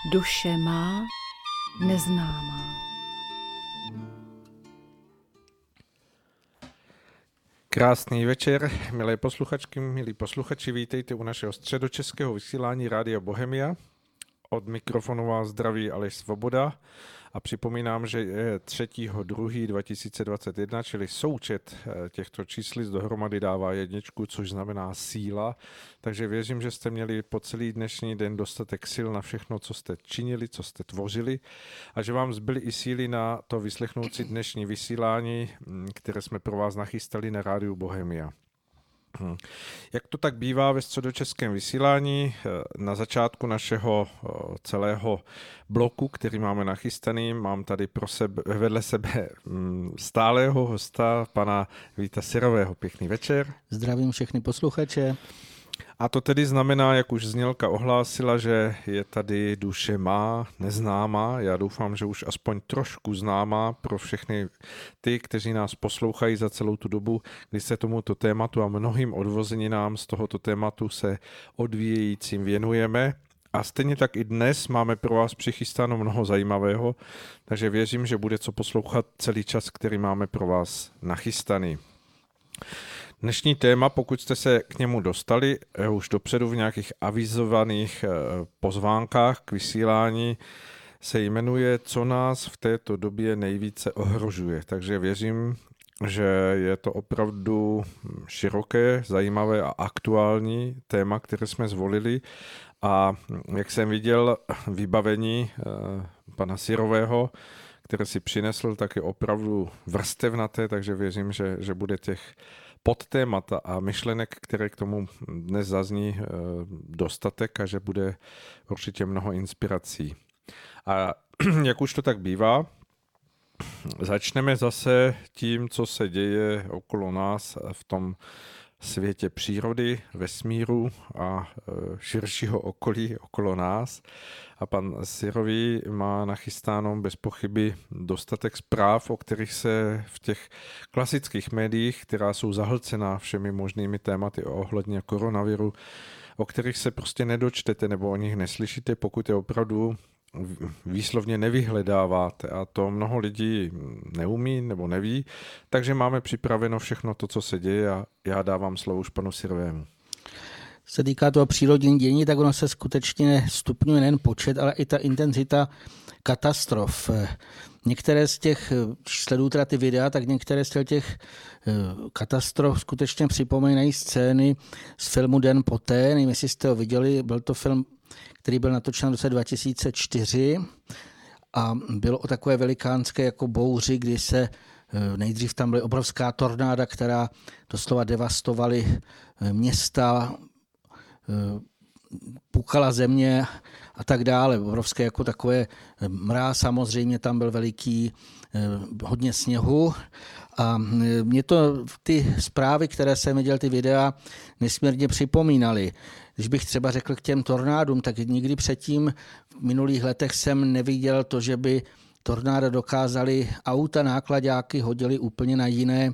Duše má neznámá. Krásný večer, milé posluchačky, milí posluchači, vítejte u našeho středočeského vysílání Rádia Bohemia. Od mikrofonu vás zdraví Aleš Svoboda a připomínám, že je 3.2.2021, čili součet těchto číslic dohromady dává jedničku, což znamená síla. Takže věřím, že jste měli po celý dnešní den dostatek sil na všechno, co jste činili, co jste tvořili a že vám zbyly i síly na to vyslechnout si dnešní vysílání, které jsme pro vás nachystali na Rádiu Bohemia. Jak to tak bývá ve středočeském vysílání, na začátku našeho celého bloku, který máme nachystaný, mám tady vedle sebe stálého hosta, pana Víta Syrového. Pěkný večer. Zdravím všechny posluchače. A to tedy znamená, jak už znělka ohlásila, že je tady duše má neznámá. Já doufám, že už aspoň trošku známá pro všechny ty, kteří nás poslouchají za celou tu dobu, kdy se tomuto tématu a mnohým odvozeninám z tohoto tématu se odvíjejícím věnujeme. A stejně tak i dnes máme pro vás přichystáno mnoho zajímavého, takže věřím, že bude co poslouchat celý čas, který máme pro vás nachystaný. Dnešní téma, pokud jste se k němu dostali už dopředu v nějakých avizovaných pozvánkách k vysílání, se jmenuje Co nás v této době nejvíce ohrožuje. Takže věřím, že je to opravdu široké, zajímavé a aktuální téma, které jsme zvolili. A jak jsem viděl vybavení pana Syrového, které si přinesl, tak je opravdu vrstevnaté, takže věřím, že bude těch podtémata a myšlenek, které k tomu dnes zazní, dostatek a že bude určitě mnoho inspirací. A jak už to tak bývá, začneme zase tím, co se děje okolo nás v tom světě přírody, vesmíru a širšího okolí okolo nás. A pan Syrový má nachystáno bez pochyby dostatek zpráv, o kterých se v těch klasických médiích, která jsou zahlcená všemi možnými tématy ohledně koronaviru, o kterých se prostě nedočtete nebo o nich neslyšíte, pokud je opravdu výslovně nevyhledáváte, a to mnoho lidí neumí nebo neví, takže máme připraveno všechno to, co se děje, a já dávám slovo už panu Syrovému. Se týká toho přírodní dění, tak ono se skutečně stupňuje nejen počet, ale i ta intenzita katastrof. Některé z těch, sleduju teda ty videa, tak některé z těch katastrof skutečně připomínají scény z filmu Den poté, nevím, jestli jste ho viděli, byl to film, který byl natočen v roce 2004 a bylo o takové velikánské jako bouři, kdy se nejdřív tam byly obrovská tornáda, která doslova devastovaly města, pukala země a tak dále. Obrovské jako takové mráz, samozřejmě tam byl veliký, hodně sněhu. A mě to ty zprávy, které jsem viděl, ty videa, nesmírně připomínaly. Když bych třeba řekl k těm tornádům, tak nikdy předtím v minulých letech jsem neviděl to, že by tornáda dokázaly auta, náklaďáky hodili úplně na jiné,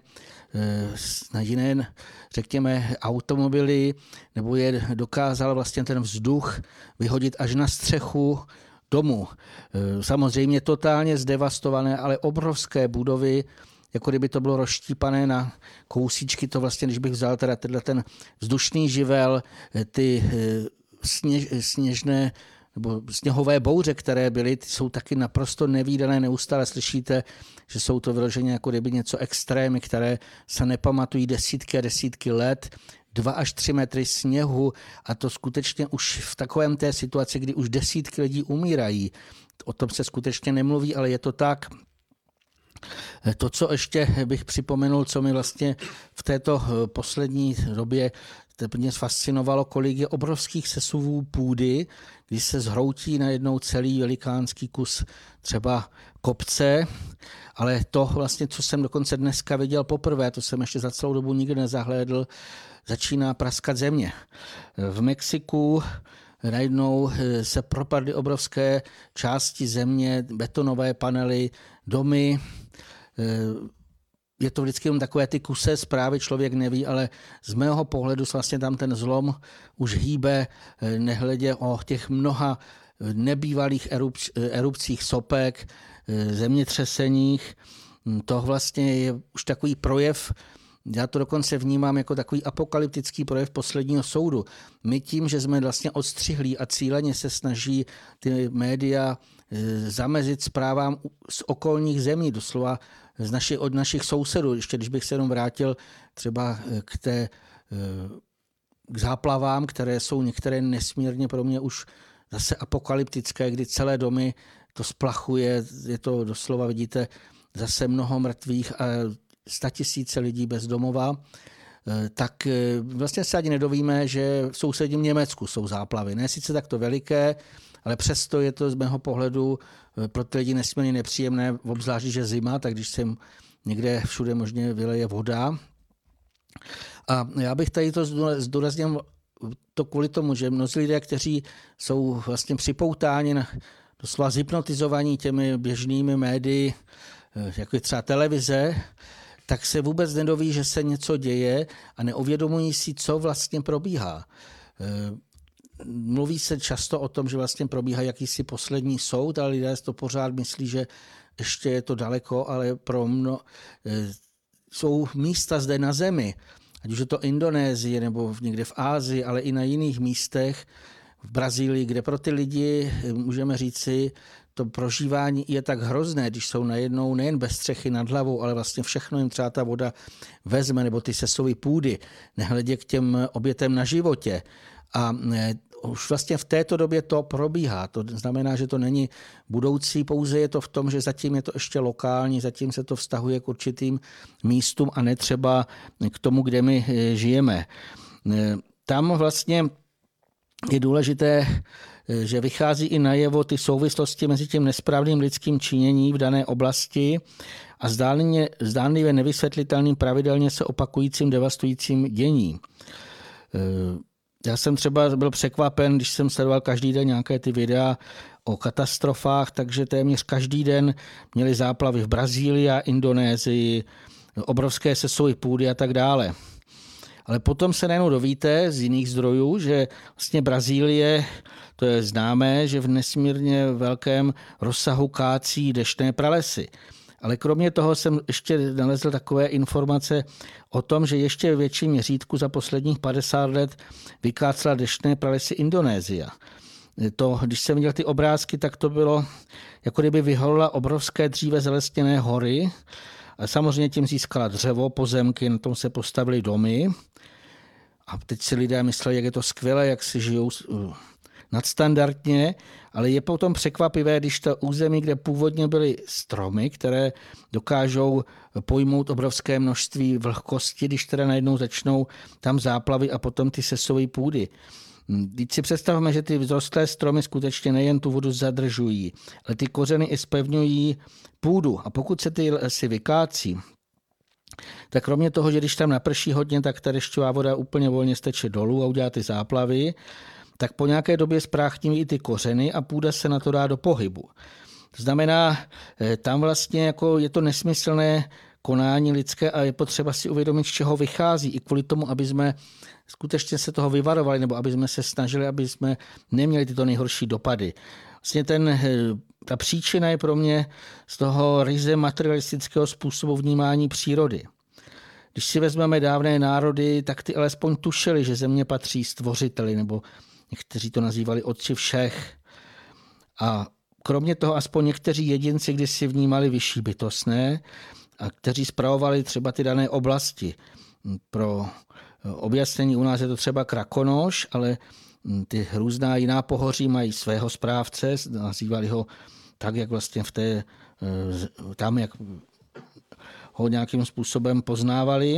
řekněme, automobily, nebo je dokázal vlastně ten vzduch vyhodit až na střechu domu. Samozřejmě totálně zdevastované, ale obrovské budovy, jako kdyby to bylo rozštípané na kousíčky, to vlastně, když bych vzal teda ten vzdušný živel, ty sněžné nebo sněhové bouře, které byly, ty jsou taky naprosto nevídané, neustále slyšíte, že jsou to vyloženě jako kdyby něco extrémy, které se nepamatují desítky a desítky let, 2 až 3 metry sněhu, a to skutečně už v takovém té situaci, kdy už desítky lidí umírají. O tom se skutečně nemluví, ale je to tak. To, co ještě bych připomenul, co mi vlastně v této poslední době mě fascinovalo, kolik je obrovských sesuvů půdy, když se zhroutí najednou celý velikánský kus třeba kopce, ale to vlastně, co jsem dokonce dneska viděl poprvé, to jsem ještě za celou dobu nikdy nezahlédl, začíná praskat země. V Mexiku najednou se propadly obrovské části země, betonové panely, domy. Je to vždycky jen takové ty kusé zprávy, člověk neví, ale z mého pohledu vlastně tam ten zlom už hýbe, nehledě o těch mnoha nebývalých erupcích sopek, zemětřeseních. To vlastně je už takový projev, já to dokonce vnímám jako takový apokalyptický projev posledního soudu. My tím, že jsme vlastně odstřihlí a cíleně se snaží ty média zamezit zprávám z okolních zemí, doslova od našich sousedů. Ještě když bych se jenom vrátil třeba k záplavám, které jsou některé nesmírně pro mě už zase apokalyptické, kdy celé domy to splachuje, je to doslova, vidíte, zase mnoho mrtvých a 100 000 lidí bez domova, tak vlastně se ani nedovíme, že v sousedním Německu jsou záplavy. Ne sice takto veliké, ale přesto je to z mého pohledu pro ty lidi nesmírně nepříjemné, obzvlášť, že zima, tak když se někde všude možně vyleje voda. A já bych tady to zdůraznil to kvůli tomu, že mnozí lidé, kteří jsou vlastně připoutáni, doslova zhypnotizovaní těmi běžnými médii, jako je třeba televize, tak se vůbec nedoví, že se něco děje a neuvědomují si, co vlastně probíhá. Mluví se často o tom, že vlastně probíhá jakýsi poslední soud, ale lidé to pořád myslí, že ještě je to daleko, ale jsou místa zde na zemi, ať už je to Indonésie nebo někde v Ásii, ale i na jiných místech, v Brazílii, kde pro ty lidi, můžeme říci, to prožívání je tak hrozné, když jsou najednou nejen bez střechy nad hlavou, ale vlastně všechno jim třeba ta voda vezme, nebo ty sesové půdy, nehledě k těm obětem na životě. A už vlastně v této době to probíhá. To znamená, že to není budoucí, pouze je to v tom, že zatím je to ještě lokální, zatím se to vztahuje k určitým místům a ne třeba k tomu, kde my žijeme. Tam vlastně je důležité, že vychází i najevo ty souvislosti mezi tím nesprávným lidským činěním v dané oblasti a zdánlivě nevysvětlitelným pravidelně se opakujícím devastujícím děním. Já jsem třeba byl překvapen, když jsem sledoval každý den nějaké ty videa o katastrofách, takže téměř každý den měli záplavy v Brazílii a Indonésii, obrovské sesové půdy a tak dále. Ale potom se najednou dovíte z jiných zdrojů, že vlastně Brazílie, to je známé, že v nesmírně velkém rozsahu kácí deštné pralesy. Ale kromě toho jsem ještě nalezl takové informace o tom, že ještě větší měřítku za posledních 50 let vykácela deštné pralesy Indonésia. Když jsem viděl ty obrázky, tak to bylo, jako kdyby vyholila obrovské dříve zalesněné hory. A samozřejmě tím získala dřevo, pozemky, na tom se postavily domy. A teď si lidé mysleli, jak je to skvělé, jak si žijou nadstandardně, ale je potom překvapivé, když to území, kde původně byly stromy, které dokážou pojmout obrovské množství vlhkosti, když teda najednou začnou tam záplavy a potom ty sesové půdy. Teď si představme, že ty vzrostlé stromy skutečně nejen tu vodu zadržují, ale ty kořeny i zpevňují půdu. A pokud se ty lesy vykácí, tak kromě toho, že když tam naprší hodně, tak ta dešťová voda úplně volně steče dolů a udělá ty záplavy, tak po nějaké době spráchní i ty kořeny a půda se na to dá do pohybu. To znamená, tam vlastně jako je to nesmyslné konání lidské a je potřeba si uvědomit, z čeho vychází, i kvůli tomu, aby jsme skutečně se toho vyvarovali, nebo aby jsme se snažili, aby jsme neměli tyto nejhorší dopady. Vlastně ta příčina je pro mě z toho ryze materialistického způsobu vnímání přírody. Když si vezmeme dávné národy, tak ty alespoň tušili, že země patří stvořiteli, nebo někteří to nazývali otci všech. A kromě toho aspoň někteří jedinci kdysi vnímali vyšší bytostné, a kteří spravovali třeba ty dané oblasti. Pro objasnění u nás je to třeba Krakonoš, ale ty různá jiná pohoří mají svého správce, nazývali ho tak, jak vlastně tam, jak ho nějakým způsobem poznávali.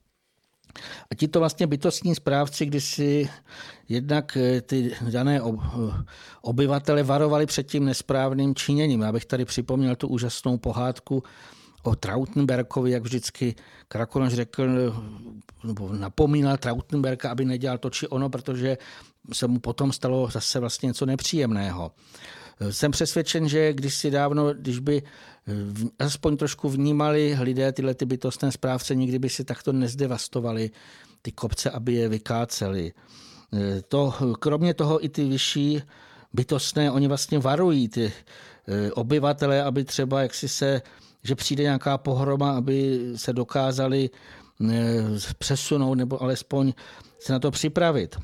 A tito vlastně bytostní správci kdysi jednak ty dané obyvatele varovali před tím nesprávným činěním. Já bych tady připomněl tu úžasnou pohádku o Trautenbergovi, jak vždycky Krakonoš řekl, nebo napomínal Trautenberga, aby nedělal to či ono, protože se mu potom stalo zase vlastně něco nepříjemného. Jsem přesvědčen, že kdysi dávno, když by aspoň trošku vnímali lidé tyhle ty bytostné správce, nikdy by si takto nezdevastovali ty kopce, aby je vykáceli. Kromě toho i ty vyšší bytostné, oni vlastně varují ty obyvatele, aby třeba že přijde nějaká pohroma, aby se dokázali přesunout nebo alespoň se na to připravit.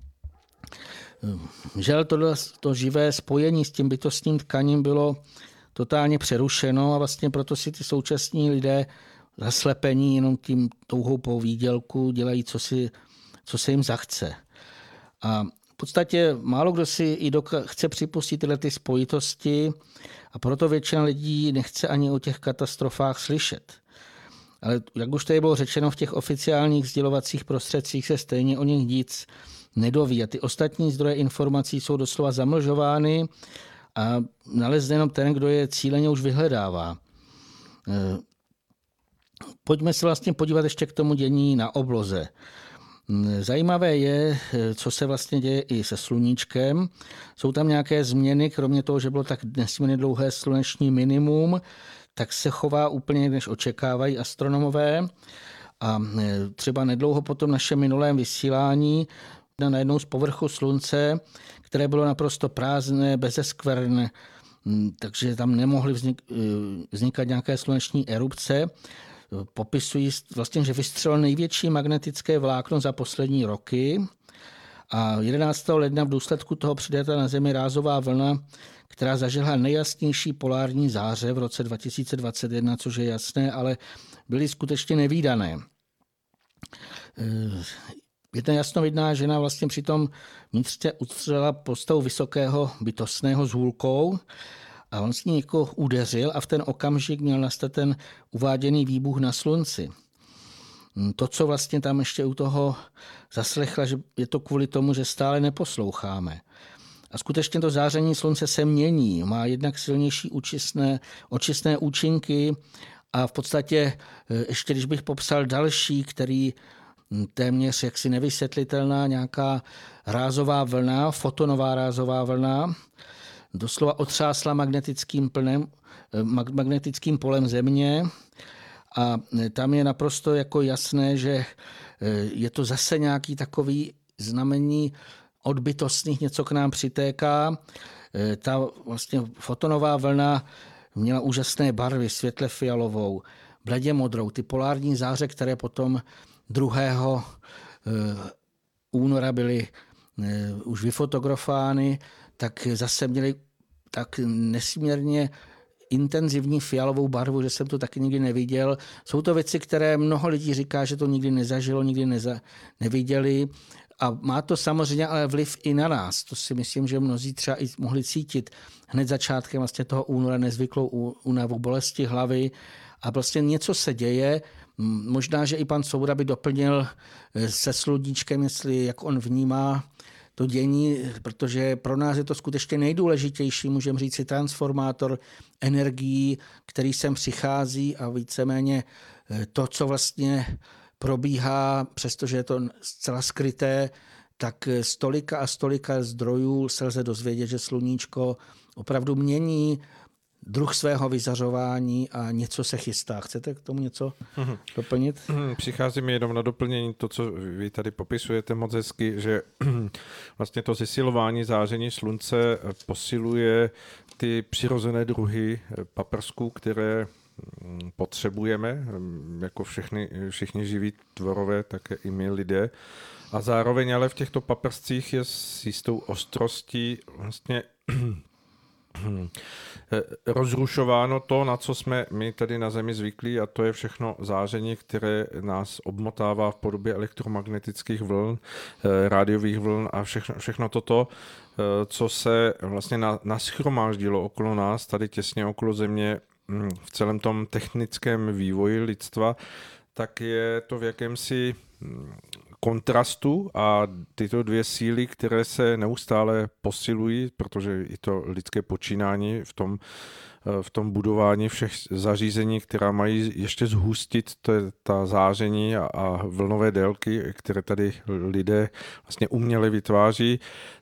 Žel to živé spojení s tím bytostním tkaním bylo totálně přerušeno a vlastně proto si ty současní lidé zaslepení jenom tím touhou po výdělku dělají, co se jim zachce. A v podstatě málo kdo si i chce připustit tyhle ty spojitosti a proto většina lidí nechce ani o těch katastrofách slyšet. Ale jak už tady bylo řečeno, v těch oficiálních sdělovacích prostředcích se stejně o nich nic nedoví. A ty ostatní zdroje informací jsou doslova zamlžovány a nalezne jenom ten, kdo je cíleně už vyhledává. Pojďme se vlastně podívat ještě k tomu dění na obloze. Zajímavé je, co se vlastně děje i se sluníčkem. Jsou tam nějaké změny, kromě toho, že bylo tak nesmírně dlouhé sluneční minimum, tak se chová úplně, než očekávají astronomové. A třeba nedlouho po tom našem minulém vysílání najednou z povrchu slunce, které bylo naprosto prázdné, bezeskvrné, takže tam nemohly vznikat nějaké sluneční erupce, popisují vlastně, že vystřelilo největší magnetické vlákno za poslední roky a 11. ledna v důsledku toho přilétla na Zemi rázová vlna, která zažila nejjasnější polární záře v roce 2021, což je jasné, ale byly skutečně nevídané. Jedna jasnovidná žena vlastně přitom vnitřně ustřelila postavu vysokého bytostného s hůlkou a on s ní jako udeřil a v ten okamžik měl nastat ten uváděný výbuch na slunci. To, co vlastně tam ještě u toho zaslechla, že je to kvůli tomu, že stále neposloucháme. A skutečně to záření slunce se mění, má jednak silnější očistné účinky a v podstatě ještě když bych popsal další, který téměř jaksi nevysvětlitelná nějaká rázová vlna, fotonová rázová vlna, doslova otřásla magnetickým polem Země a tam je naprosto jako jasné, že je to zase nějaký takový znamení od bytostných, něco k nám přitéká. Ta vlastně fotonová vlna měla úžasné barvy, světle fialovou, bledě modrou, ty polární záře, které potom 2. února byly už vyfotografovány, tak zase měly tak nesmírně intenzivní fialovou barvu, že jsem to taky nikdy neviděl. Jsou to věci, které mnoho lidí říká, že to nikdy nezažilo, nikdy neviděli. A má to samozřejmě ale vliv i na nás. To si myslím, že mnozí třeba i mohli cítit hned začátkem vlastně toho února nezvyklou únavu, bolesti hlavy a vlastně něco se děje. Možná, že i pan Svoboda by doplnil se sluníčkem, jestli jak on vnímá to dění, protože pro nás je to skutečně nejdůležitější, můžeme říct si transformátor energií, který sem přichází a víceméně to, co vlastně probíhá, přestože je to zcela skryté, tak z tolika a stolika zdrojů se lze dozvědět, že sluníčko opravdu mění druh svého vyzařování a něco se chystá. Chcete k tomu něco doplnit? Přichází mi jenom na doplnění to, co vy tady popisujete moc hezky, že vlastně to zesilování záření slunce posiluje ty přirozené druhy paprsků, které potřebujeme, jako všichni živí tvorové, také i my lidé. A zároveň ale v těchto paprscích je s jistou ostrostí vlastně rozrušováno to, na co jsme my tady na Zemi zvyklí, a to je všechno záření, které nás obmotává v podobě elektromagnetických vln, rádiových vln a všechno toto, co se vlastně nashromáždilo okolo nás, tady těsně okolo Země, v celém tom technickém vývoji lidstva, tak je to v jakémsi kontrastu a tyto dvě síly, které se neustále posilují, protože i to lidské počínání v tom budování všech zařízení, která mají ještě zhustit ta záření a vlnové délky, které tady lidé vlastně uměle vytváří, tak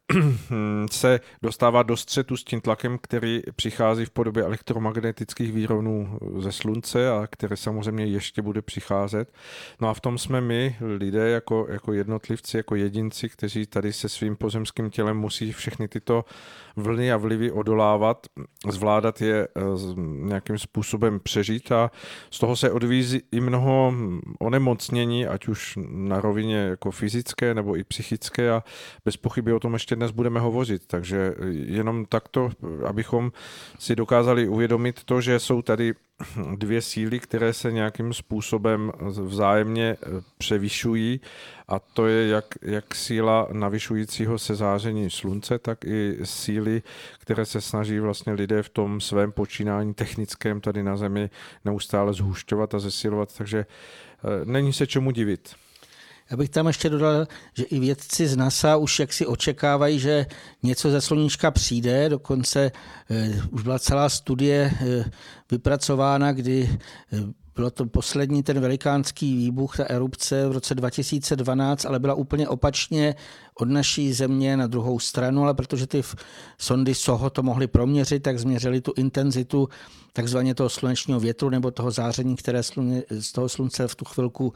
se dostává do střetu s tím tlakem, který přichází v podobě elektromagnetických výronů ze slunce a které samozřejmě ještě bude přicházet. No a v tom jsme my, lidé, jako jednotlivci, jako jedinci, kteří tady se svým pozemským tělem musí všechny tyto vlny a vlivy odolávat, zvládat je nějakým způsobem přežít a z toho se odvíjí i mnoho onemocnění, ať už na rovině jako fyzické nebo i psychické a bez pochyby o tom ještě dnes budeme hovořit. Takže jenom takto, abychom si dokázali uvědomit to, že jsou tady dvě síly, které se nějakým způsobem vzájemně převyšují a to je jak síla navyšujícího se záření slunce, tak i síly, které se snaží vlastně lidé v tom svém počínání technickém tady na Zemi neustále zhušťovat a zesilovat, takže není se čemu divit. Já bych tam ještě dodal, že i vědci z NASA už jaksi očekávají, že něco ze sluníčka přijde, dokonce už byla celá studie vypracována, kdy bylo to poslední ten velikánský výbuch, ta erupce v roce 2012, ale byla úplně opačně od naší Země na druhou stranu, ale protože ty sondy SOHO to mohly proměřit, tak změřili tu intenzitu takzvaně toho slunečního větru nebo toho záření, které z toho slunce v tu chvilku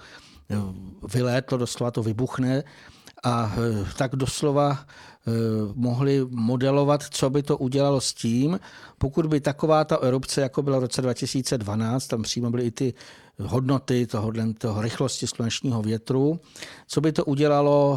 vylétlo, doslova to vybuchne a tak doslova mohli modelovat, co by to udělalo s tím, pokud by taková ta erupce, jako byla v roce 2012, tam přímo byly i ty hodnoty toho rychlosti slunečního větru, co by to udělalo,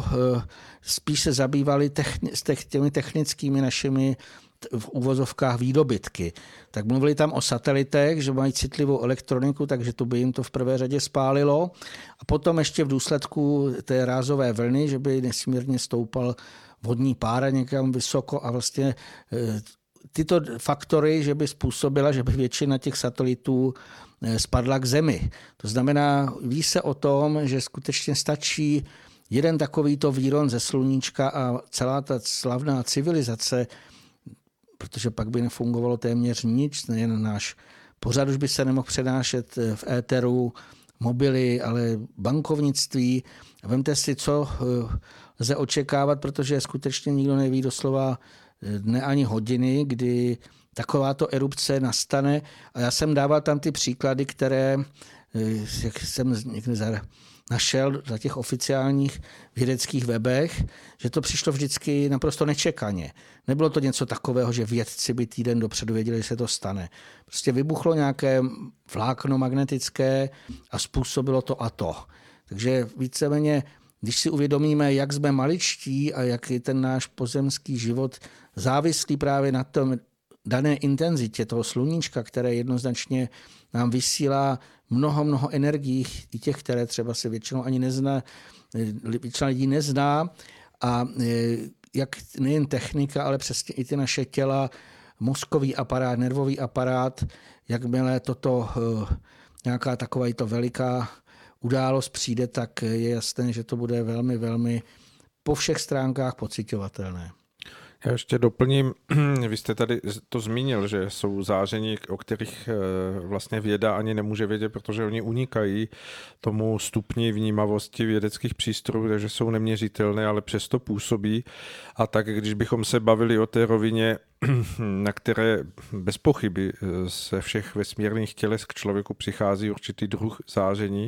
spíš se zabývali těmi technickými našimi v úvozovkách výdobytky. Tak mluvili tam o satelitech, že mají citlivou elektroniku, takže to by jim to v prvé řadě spálilo. A potom ještě v důsledku té rázové vlny, že by nesmírně stoupal vodní pára někam vysoko a vlastně tyto faktory, že by způsobila, že by většina těch satelitů spadla k Zemi. To znamená, ví se o tom, že skutečně stačí jeden takovýto výron ze sluníčka a celá ta slavná civilizace, protože pak by nefungovalo téměř nic, nejen náš pořad už by se nemohl přenášet v éteru, mobily, ale bankovnictví. Vemte si, co lze očekávat, protože skutečně nikdo neví doslova dne ani hodiny, kdy takováto erupce nastane. A já jsem dával tam ty příklady, které jak jsem někde našel za těch oficiálních vědeckých webech, že to přišlo vždycky naprosto nečekaně. Nebylo to něco takového, že vědci by týden dopředu věděli, že se to stane. Prostě vybuchlo nějaké vlákno magnetické a způsobilo to a to. Takže víceméně, když si uvědomíme, jak jsme maličtí a jak je ten náš pozemský život závislý právě na tom dané intenzitě toho sluníčka, které jednoznačně nám vysílá mnoho energií, i těch, které třeba se většinou ani nezná, většina lidí nezná a jak nejen technika, ale přesně i ty naše těla, mozkový aparát, nervový aparát, jakmile toto nějaká taková to veliká událost přijde, tak je jasné, že to bude velmi, velmi po všech stránkách pociťovatelné. Já ještě doplním, vy jste tady to zmínil, že jsou záření, o kterých vlastně věda ani nemůže vědět, protože oni unikají tomu stupni vnímavosti vědeckých přístrojů, takže jsou neměřitelné, ale přesto působí. A tak, když bychom se bavili o té rovině, na které bez pochyby ze všech vesmírných těles k člověku přichází určitý druh záření,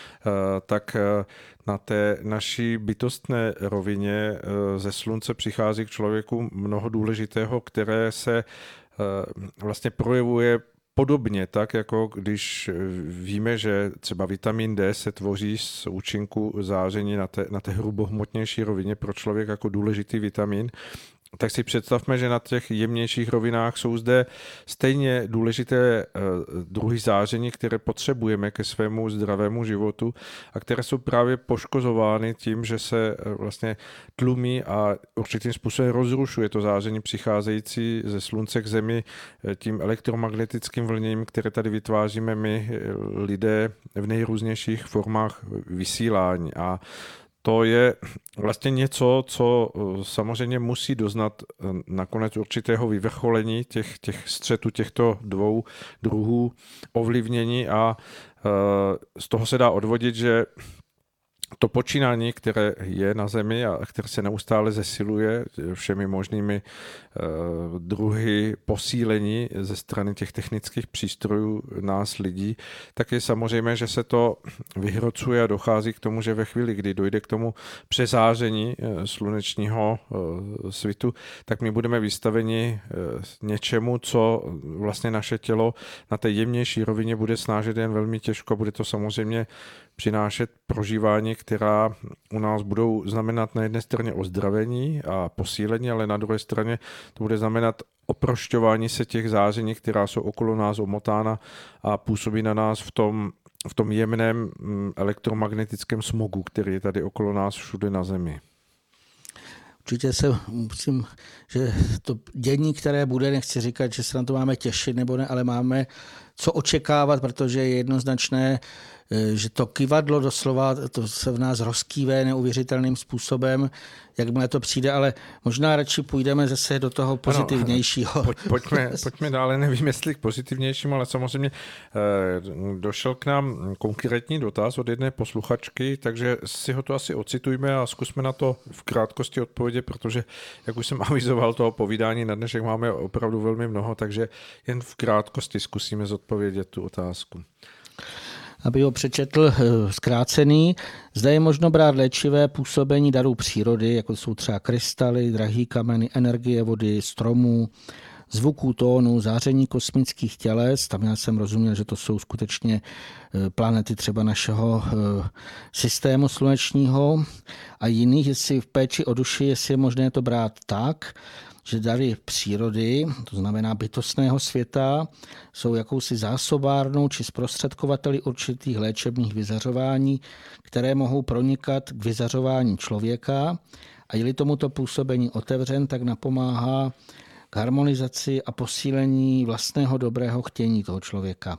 tak na té naší bytostné rovině ze slunce přichází k člověku mnoho důležitého, které se vlastně projevuje podobně, tak jako když víme, že třeba vitamin D se tvoří z účinku záření na té hrubohmotnější rovině pro člověka jako důležitý vitamin, tak si představme, že na těch jemnějších rovinách jsou zde stejně důležité druhy záření, které potřebujeme ke svému zdravému životu a které jsou právě poškozovány tím, že se vlastně tlumí a určitým způsobem rozrušuje to záření přicházející ze slunce k Zemi tím elektromagnetickým vlněním, které tady vytváříme my lidé v nejrůznějších formách vysílání. A to je vlastně něco, co samozřejmě musí doznat nakonec určitého vyvrcholení těch střetů těchto dvou druhů ovlivnění a z toho se dá odvodit, že to počínání, které je na Zemi a které se neustále zesiluje všemi možnými druhy posílení ze strany těch technických přístrojů nás lidí, tak je samozřejmé, že se to vyhrocuje a dochází k tomu, že ve chvíli, kdy dojde k tomu přezáření slunečního svitu, tak my budeme vystaveni něčemu, co vlastně naše tělo na té jemnější rovině bude snášet jen velmi těžko a bude to samozřejmě přinášet prožívání, která u nás budou znamenat na jedné straně ozdravení a posílení, ale na druhé straně to bude znamenat oprošťování se těch záření, která jsou okolo nás omotána a působí na nás v tom jemném elektromagnetickém smogu, který je tady okolo nás všude na Zemi. Určitě se musím, že to dění, které bude, nechci říkat, že se na to máme těšit nebo ne, ale máme co očekávat, protože je jednoznačné, že to kyvadlo doslova, to se v nás rozkýve neuvěřitelným způsobem, jakmile to přijde, ale možná radši půjdeme zase do toho pozitivnějšího. Pojďme dále, nevím, jestli k pozitivnějšímu, ale samozřejmě došel k nám konkrétní dotaz od jedné posluchačky, takže si ho to asi ocitujme a zkusme na to v krátkosti odpovědět, protože, jak už jsem avizoval, toho povídání na dnešek máme opravdu velmi mnoho, takže jen v krátkosti zkusíme zodpovědět tu otázku. Aby ho přečetl zkrácený. Zde je možno brát léčivé působení darů přírody, jako jsou třeba krystaly, drahý kameny, energie vody, stromů, zvuků, tónů, záření kosmických těles. Tam já jsem rozuměl, že to jsou skutečně planety třeba našeho systému slunečního a jiných, jestli v péči o duši, jestli je možné to brát tak, že dary přírody, to znamená bytostného světa, jsou jakousi zásobárnou či zprostředkovateli určitých léčebných vyzařování, které mohou pronikat k vyzařování člověka a je-li tomuto působení otevřen, tak napomáhá k harmonizaci a posílení vlastného dobrého chtění toho člověka.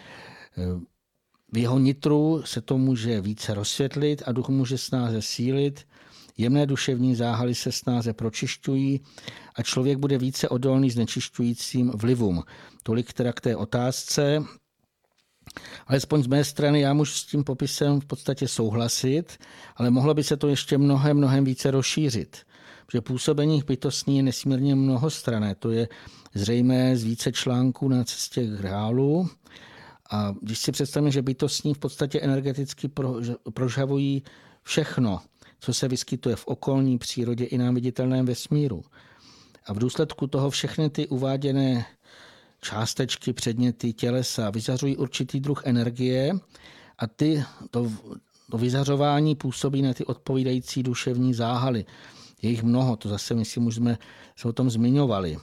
V jeho nitru se to může více rozsvětlit a duch může snáze sílit, jemné duševní záhaly se snáze pročišťují a člověk bude více odolný znečišťujícím vlivům. Tolik teda k té otázce. Alespoň z mé strany já můžu s tím popisem v podstatě souhlasit, ale mohlo by se to ještě mnohem více rozšířit. Protože působení bytostní je nesmírně mnohostranné. To je zřejmé z více článků na cestě k reálu. A když si představíme, že bytostní v podstatě energeticky prožavují všechno, co se vyskytuje v okolní přírodě i nám viditelném vesmíru. A v důsledku toho všechny ty uváděné částečky, předměty, tělesa vyzařují určitý druh energie a to vyzařování působí na ty odpovídající duševní záhaly. Je jich mnoho, to zase myslím, už jsme se o tom zmiňovali.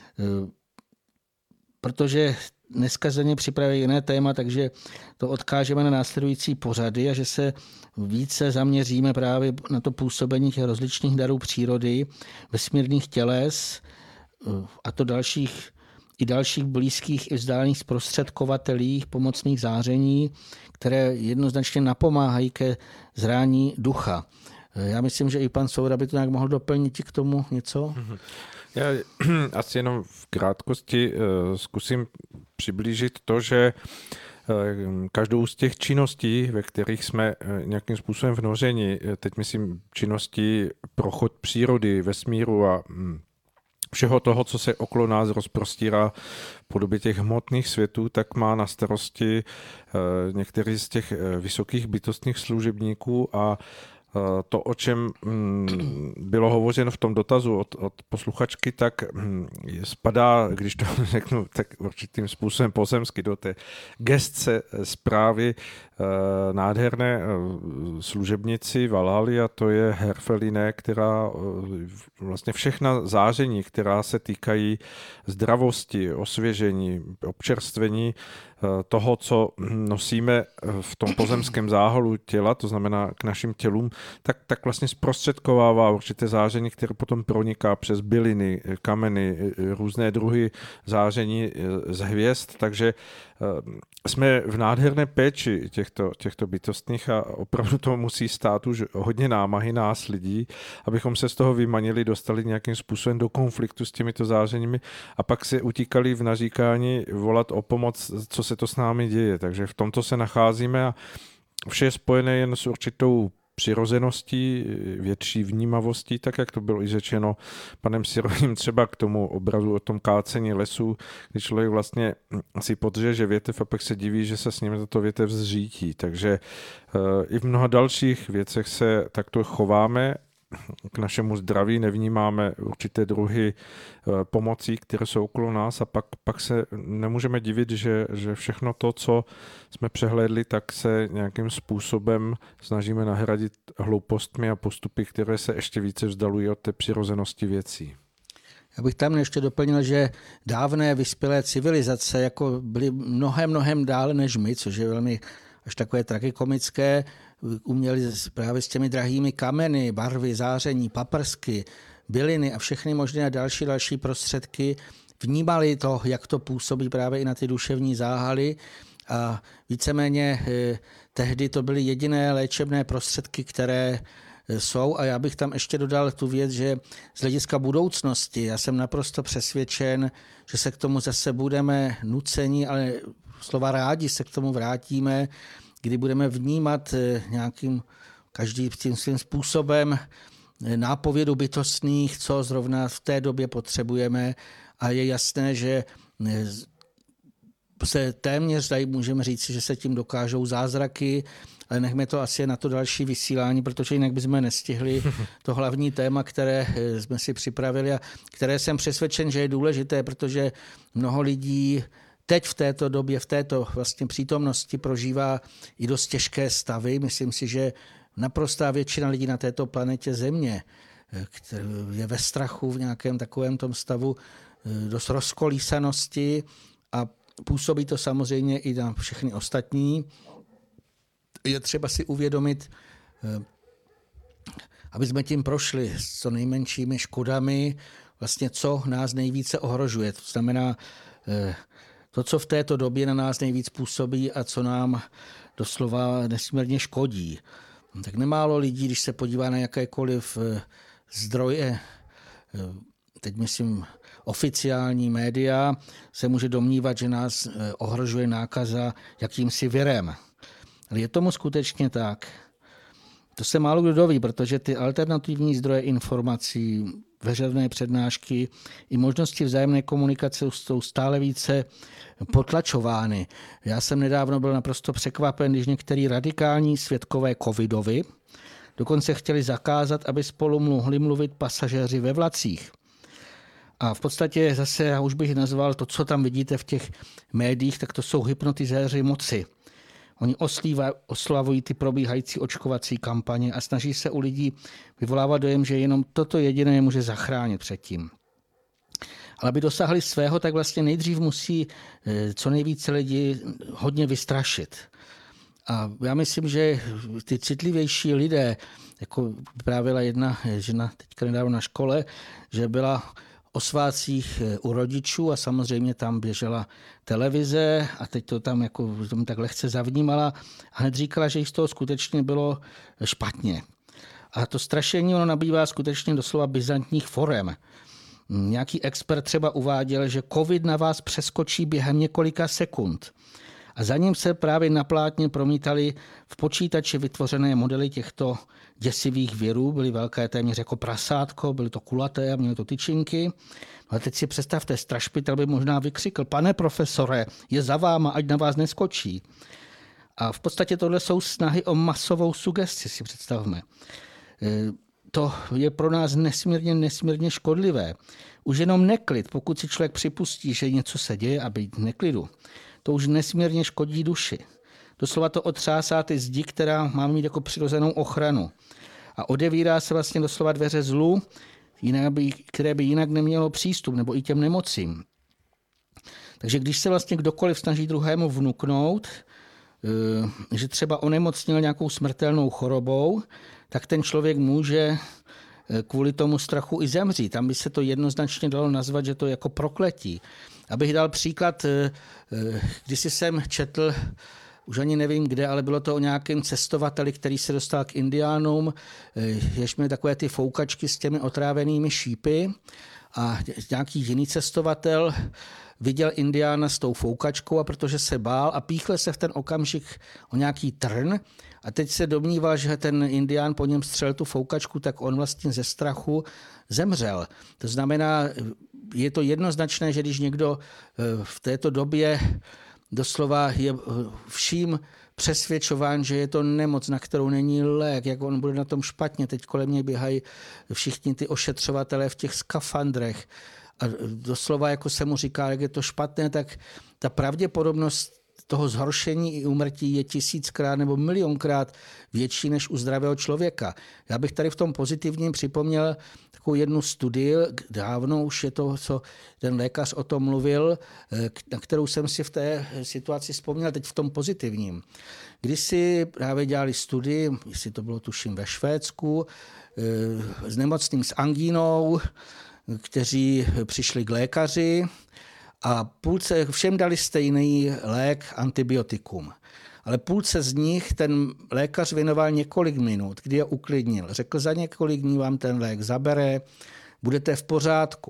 Protože dneska za ně připraví jiné téma, takže to odkážeme na následující pořady a že se více zaměříme právě na to působení těch rozličných darů přírody, vesmírných těles a to dalších blízkých i vzdálených zprostředkovatelích pomocných záření, které jednoznačně napomáhají ke zrání ducha. Já myslím, že i pan Svoboda by to nějak mohl doplnit k tomu něco. Já asi jenom v krátkosti zkusím přiblížit to, že každou z těch činností, ve kterých jsme nějakým způsobem vnořeni, teď myslím činnosti pro chod přírody, vesmíru a všeho toho, co se okolo nás rozprostírá v podobě těch hmotných světů, tak má na starosti některý z těch vysokých bytostných služebníků a to, o čem bylo hovořeno v tom dotazu od posluchačky, tak spadá, když to řeknu tak určitým způsobem pozemsky, do té gestce zprávy nádherné služebnici Valhally, a to je Herfeliné, která vlastně všechna záření, která se týkají zdravosti, osvěžení, občerstvení, toho, co nosíme v tom pozemském záholu těla, to znamená k našim tělům, tak vlastně zprostředkovává určité záření, které potom proniká přes byliny, kameny, různé druhy záření z hvězd, takže jsme v nádherné péči těchto bytostných a opravdu to musí stát už hodně námahy nás lidí, abychom se z toho vymanili, dostali nějakým způsobem do konfliktu s těmito zářeními a pak se utíkali v naříkání volat o pomoc, co se to s námi děje. Takže v tomto se nacházíme a vše je spojené jen s určitou přirozeností, větší vnímavostí, tak jak to bylo i řečeno panem Sirovým třeba k tomu obrazu o tom kácení lesů, kdy člověk vlastně si podřeže větev a pak se diví, že se s ním tato větev zřítí. Takže i v mnoha dalších věcech se takto chováme k našemu zdraví, nevnímáme určité druhy pomocí, které jsou okolo nás a pak se nemůžeme divit, že všechno to, co jsme přehlédli, tak se nějakým způsobem snažíme nahradit hloupostmi a postupy, které se ještě více vzdalují od té přirozenosti věcí. Já bych tam ještě doplnil, že dávné vyspělé civilizace jako byly mnohem dál než my, což je velmi až takové tragikomické, uměli právě s těmi drahými kameny, barvy, záření, paprsky, byliny a všechny možné další prostředky. Vnímali to, jak to působí právě i na ty duševní záhaly a víceméně tehdy to byly jediné léčebné prostředky, které jsou a já bych tam ještě dodal tu věc, že z hlediska budoucnosti já jsem naprosto přesvědčen, že se k tomu zase budeme nuceni, ale slova rádi se k tomu vrátíme, kdy budeme vnímat nějakým každým svým způsobem nápovědu bytostných, co zrovna v té době potřebujeme a je jasné, že se téměř dají, můžeme říct, že se tím dokážou zázraky, ale nechme to asi na to další vysílání, protože jinak bychom nestihli to hlavní téma, které jsme si připravili a které jsem přesvědčen, že je důležité, protože mnoho lidí teď v této době, v této vlastně přítomnosti prožívá i dost těžké stavy. Myslím si, že naprostá většina lidí na této planetě Země je ve strachu v nějakém takovém tom stavu dost rozkolísanosti a působí to samozřejmě i na všechny ostatní. Je třeba si uvědomit, aby jsme tím prošli s co nejmenšími škodami, vlastně co nás nejvíce ohrožuje. To znamená to, co v této době na nás nejvíc působí a co nám doslova nesmírně škodí. Tak nemálo lidí, když se podívá na jakékoliv zdroje, teď myslím oficiální média, se může domnívat, že nás ohrožuje nákaza jakýmsi virem. Ale je tomu skutečně tak. To se málo kdo doví, protože ty alternativní zdroje informací, veřejné přednášky i možnosti vzájemné komunikace jsou stále více potlačovány. Já jsem nedávno byl naprosto překvapen, když některý radikální svědkové covidovi dokonce chtěli zakázat, aby spolu mohli mluvit pasažéři ve vlacích. A v podstatě zase, já už bych nazval to, co tam vidíte v těch médiích, tak to jsou hypnotizéři moci. Oni oslavují ty probíhající očkovací kampaně a snaží se u lidí vyvolávat dojem, že jenom toto jediné může zachránit předtím. Ale aby dosáhli svého, tak vlastně nejdřív musí co nejvíce lidi hodně vystrašit. A já myslím, že ty citlivější lidé, jako vyprávěla jedna žena teďka nedávno na škole, že byla o svátcích u rodičů a samozřejmě tam běžela televize a teď to tam jako tak lehce zavnímala a hned říkala, že jí z toho skutečně bylo špatně. A to strašení ono nabývá skutečně doslova byzantních forem. Nějaký expert třeba uváděl, že covid na vás přeskočí během několika sekund. A za ním se právě na plátně promítaly v počítači vytvořené modely těchto děsivých virů. Byly velké téměř jako prasátko, byly to kulaté a měly to tyčinky. No a teď si představte, strašpitel by možná vykřikl: pane profesore, je za váma, ať na vás neskočí. A v podstatě tohle jsou snahy o masovou sugesti, si představme. To je pro nás nesmírně škodlivé. Už jenom neklid, pokud si člověk připustí, že něco se děje a být neklidu, to už nesmírně škodí duši. Doslova to otřásá ty zdi, která má mít jako přirozenou ochranu. A odevírá se vlastně doslova dveře zlu, které by jinak nemělo přístup, nebo i těm nemocím. Takže když se vlastně kdokoliv snaží druhému vnuknout, že třeba onemocnil nějakou smrtelnou chorobou, tak ten člověk může kvůli tomu strachu i zemřít. Tam by se to jednoznačně dalo nazvat, že to je jako prokletí. Abych dal příklad, když jsem četl už ani nevím kde, ale bylo to o nějakém cestovateli, který se dostal k indiánům, jež měli takové ty foukačky s těmi otrávenými šípy a nějaký jiný cestovatel viděl indiána s tou foukačkou a protože se bál a píchl se v ten okamžik o nějaký trn a teď se domníval, že ten indián po něm střelil tu foukačku, tak on vlastně ze strachu zemřel. To znamená, je to jednoznačné, že když někdo v této době doslova je vším přesvědčován, že je to nemoc, na kterou není lék, jak on bude na tom špatně. Teď kolem něj běhají všichni ty ošetřovatelé v těch skafandrech a doslova jako se mu říká, jak je to špatné, tak ta pravděpodobnost toho zhoršení i úmrtí je 1000krát nebo milionkrát větší než u zdravého člověka. Já bych tady v tom pozitivním připomněl takovou jednu studii, dávno už je to, co ten lékař o tom mluvil, na kterou jsem si v té situaci vzpomněl teď v tom pozitivním. Když si právě dělali studii, jestli to bylo tuším ve Švédsku, s nemocným s angínou, kteří přišli k lékaři, a půlce všem dali stejný lék, antibiotikum. Ale půlce z nich ten lékař věnoval několik minut, kdy je uklidnil. Řekl, za několik dní vám ten lék zabere, budete v pořádku.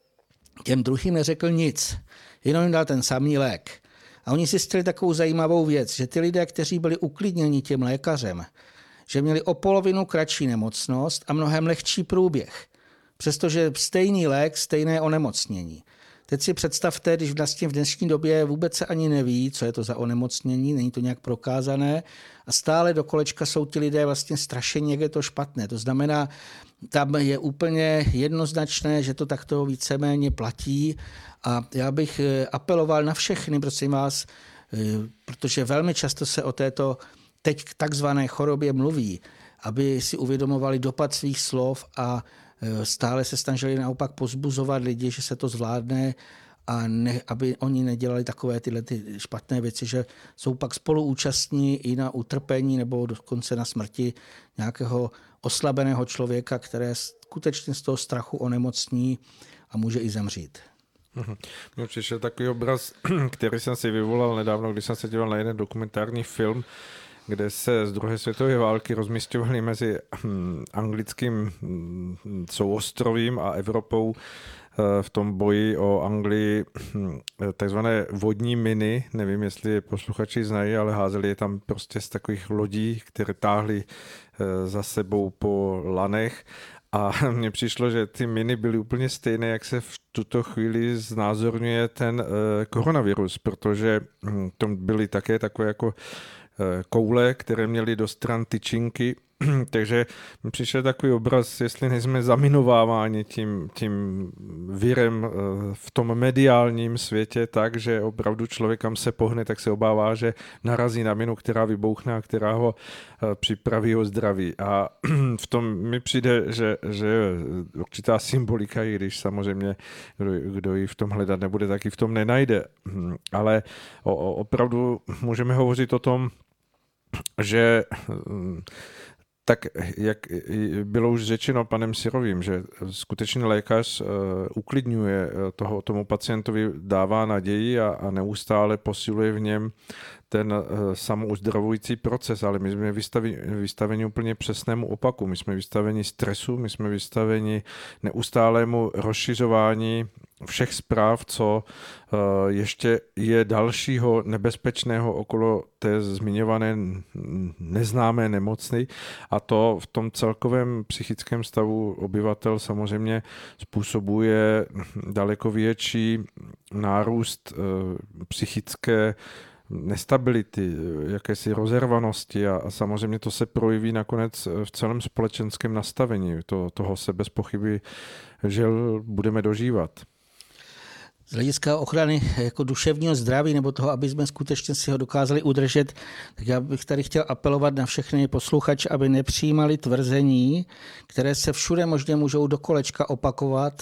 Těm druhým neřekl nic, jenom jim dal ten samý lék. A oni zjistili takovou zajímavou věc, že ty lidé, kteří byli uklidněni tím lékařem, že měli o polovinu kratší nemocnost a mnohem lehčí průběh. Přestože stejný lék, stejné onemocnění. Teď si představte, když vlastně v dnešní době vůbec se ani neví, co je to za onemocnění, není to nějak prokázané a stále do kolečka jsou ti lidé vlastně strašení, jak je to špatné. To znamená, tam je úplně jednoznačné, že to takto víceméně platí a já bych apeloval na všechny, prosím vás, protože velmi často se o této teď takzvané chorobě mluví, aby si uvědomovali dopad svých slov a stále se snažili naopak pozbuzovat lidi, že se to zvládne a aby oni nedělali takové tyhle ty špatné věci, že jsou pak spoluúčastní i na utrpení nebo dokonce na smrti nějakého oslabeného člověka, které skutečně z toho strachu onemocní a může i zemřít. Mně přišel takový obraz, který jsem si vyvolal nedávno, když jsem se díval na jeden dokumentární film, kde se z druhé světové války rozmisťovali mezi anglickým souostrovím a Evropou v tom boji o Anglii takzvané vodní miny, nevím, jestli je posluchači znají, ale házeli je tam prostě z takových lodí, které táhly za sebou po lanech. A mně přišlo, že ty miny byly úplně stejné, jak se v tuto chvíli znázorňuje ten koronavirus, protože to byly také takové jako koule, které měly do stran tyčinky, takže mi přišel takový obraz, jestli nejsme zaminováváni tím virem v tom mediálním světě tak, že opravdu člověk kam se pohne, tak se obává, že narazí na minu, která vybouchne a která ho připraví o zdraví. A v tom mi přijde, že je určitá symbolika, i když samozřejmě kdo ji v tom hledat nebude, tak ji v tom nenajde. Ale opravdu můžeme hovořit o tom, že tak, jak bylo už řečeno panem Sirovým, že skutečný lékař uklidňuje tomu pacientovi, dává naději a neustále posiluje v něm ten samouzdravující proces, ale my jsme vystaveni úplně přesnému opaku. My jsme vystaveni stresu, my jsme vystaveni neustálému rozšiřování všech zpráv, co ještě je dalšího nebezpečného okolo té zmiňované neznámé nemoci a to v tom celkovém psychickém stavu obyvatel samozřejmě způsobuje daleko větší nárůst psychické nestability, jakési rozervanosti a samozřejmě to se projeví nakonec v celém společenském nastavení. Toho se bez pochyby žel budeme dožívat. Z hlediska ochrany jako duševního zdraví nebo toho, aby jsme skutečně si ho dokázali udržet, tak já bych tady chtěl apelovat na všechny posluchače, aby nepřijímali tvrzení, které se všude možně můžou do kolečka opakovat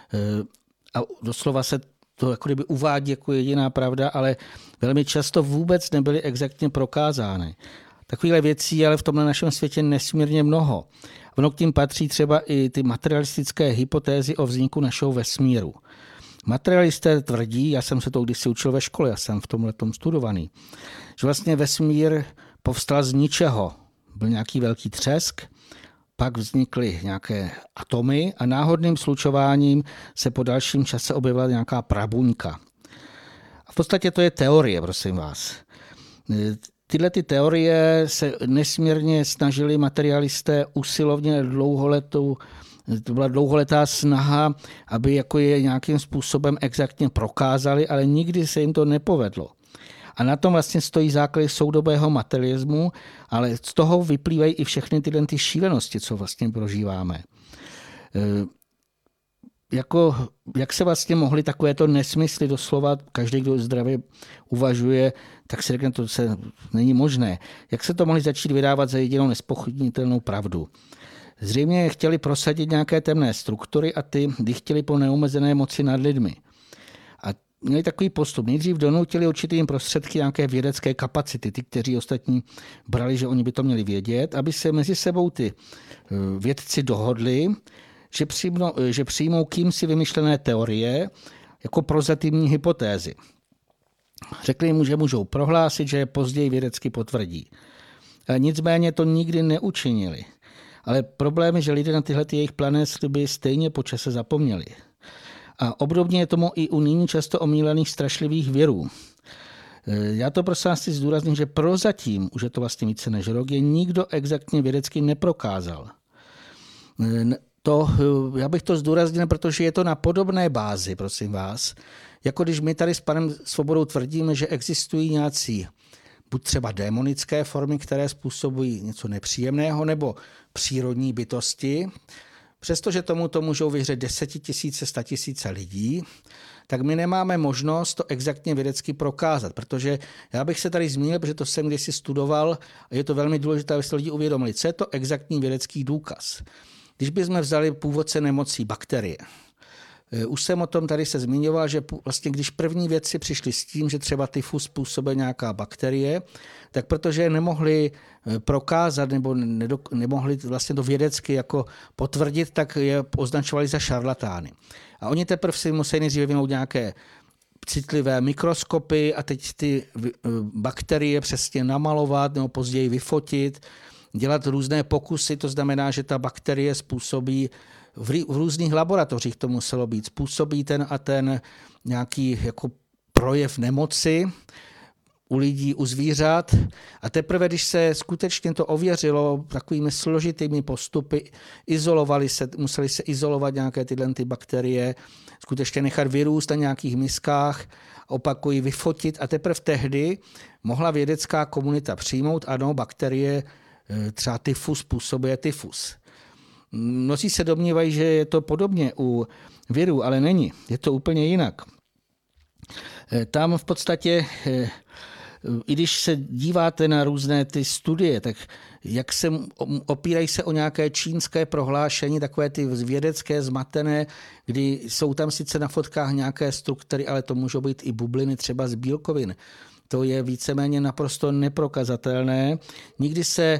a doslova se to jako kdyby uvádí jako jediná pravda, ale velmi často vůbec nebyly exaktně prokázány. Takovýhle věcí je ale v tomhle našem světě nesmírně mnoho. Ono k tím patří třeba i ty materialistické hypotézy o vzniku našeho vesmíru. Materialisté tvrdí, já jsem se to kdysi učil ve škole, já jsem v tomhletom studovaný, že vlastně vesmír povstal z ničeho. Byl nějaký velký třesk, pak vznikly nějaké atomy a náhodným slučováním se po dalším čase objevila nějaká prabuňka. A v podstatě to je teorie, prosím vás. Tyhle ty teorie se nesmírně snažili materialisté usilovně to byla dlouholetá snaha, aby jako je nějakým způsobem exaktně prokázali, ale nikdy se jim to nepovedlo. A na tom vlastně stojí základy soudobého materialismu, ale z toho vyplývají i všechny tyhle ty šílenosti, co vlastně prožíváme. Jak se vlastně mohly takovéto nesmysly doslova, každý, kdo zdravě uvažuje, tak si řekne, to není možné. Jak se to mohli začít vydávat za jedinou nespochybnitelnou pravdu? Zřejmě chtěli prosadit nějaké temné struktury a ty chtěli po neomezené moci nad lidmi. A měli takový postup. Nejdřív donutili určitým prostředky nějaké vědecké kapacity, ty, kteří ostatní brali, že oni by to měli vědět, aby se mezi sebou ty vědci dohodli, že přijmou kýmsi vymyšlené teorie jako prozatímní hypotézy. Řekli jim, že můžou prohlásit, že je později vědecky potvrdí. Ale nicméně to nikdy neučinili. Ale problém je, že lidé na tyhle jejich plané sliby stejně po čase zapomněli. A obdobně je tomu i u nyní často omílaných strašlivých věrů. Já to prosím vás chci zdůraznit, že prozatím, už je to vlastně více než rok, je nikdo exaktně vědecky neprokázal. Já bych to zdůraznil, protože je to na podobné bázi, prosím vás, jako když my tady s panem Svobodou tvrdíme, že existují nějací buď třeba démonické formy, které způsobují něco nepříjemného, nebo přírodní bytosti. Přestože tomuto můžou věřit 10 000, 100 000 lidí, tak my nemáme možnost to exaktně vědecky prokázat, protože já bych se tady zmínil, protože to jsem kdysi studoval a je to velmi důležité, aby se lidi uvědomili, co je to exaktní vědecký důkaz. Když bychom vzali původce nemocí bakterie, už jsem o tom tady se zmiňoval, že vlastně když první vědci přišli s tím, že třeba tyfus způsobuje nějaká bakterie, tak protože je nemohli prokázat nebo nemohli vlastně to vědecky jako potvrdit, tak je označovali za šarlatány. A oni teprve si museli nejdřív vyvinout nějaké citlivé mikroskopy a teď ty bakterie přesně namalovat nebo později vyfotit, dělat různé pokusy, to znamená, že ta bakterie způsobí v různých laboratořích to muselo být. Způsobí ten a ten nějaký jako projev nemoci u lidí, u zvířat. A teprve, když se skutečně to ověřilo takovými složitými postupy, museli se izolovat nějaké tyhle bakterie, skutečně nechat vyrůst na nějakých miskách, opakují, vyfotit a teprve tehdy mohla vědecká komunita přijmout, ano, bakterie, třeba tyfus způsobuje tyfus. Mnozí se domnívají, že je to podobně u virů, ale není. Je to úplně jinak. Tam v podstatě, i když se díváte na různé ty studie, tak jak se opírají se o nějaké čínské prohlášení, takové ty vědecké zmatené, kdy jsou tam sice na fotkách nějaké struktury, ale to můžou být i bubliny třeba z bílkovin. To je víceméně naprosto neprokazatelné. Nikdy se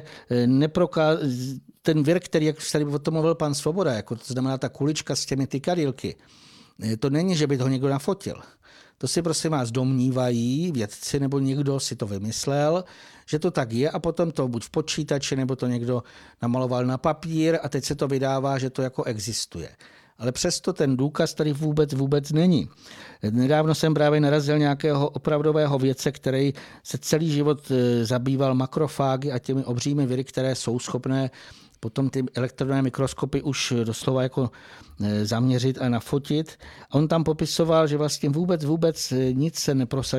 ten vir, který, jak tady o tom mluvil pan Svoboda, jako to znamená ta kulička s těmi tykadýlky, to není, že by to někdo nafotil. To si prosím vás domnívají vědci nebo někdo si to vymyslel, že to tak je a potom to buď v počítači nebo to někdo namaloval na papír a teď se to vydává, že to jako existuje. Ale přesto ten důkaz tady vůbec není. Nedávno jsem právě narazil nějakého opravdového vědce, který se celý život zabýval makrofágy a těmi obřími viry, které jsou schopné potom ty elektronové mikroskopy už doslova jako zaměřit a nafotit. A on tam popisoval, že vlastně vůbec nic se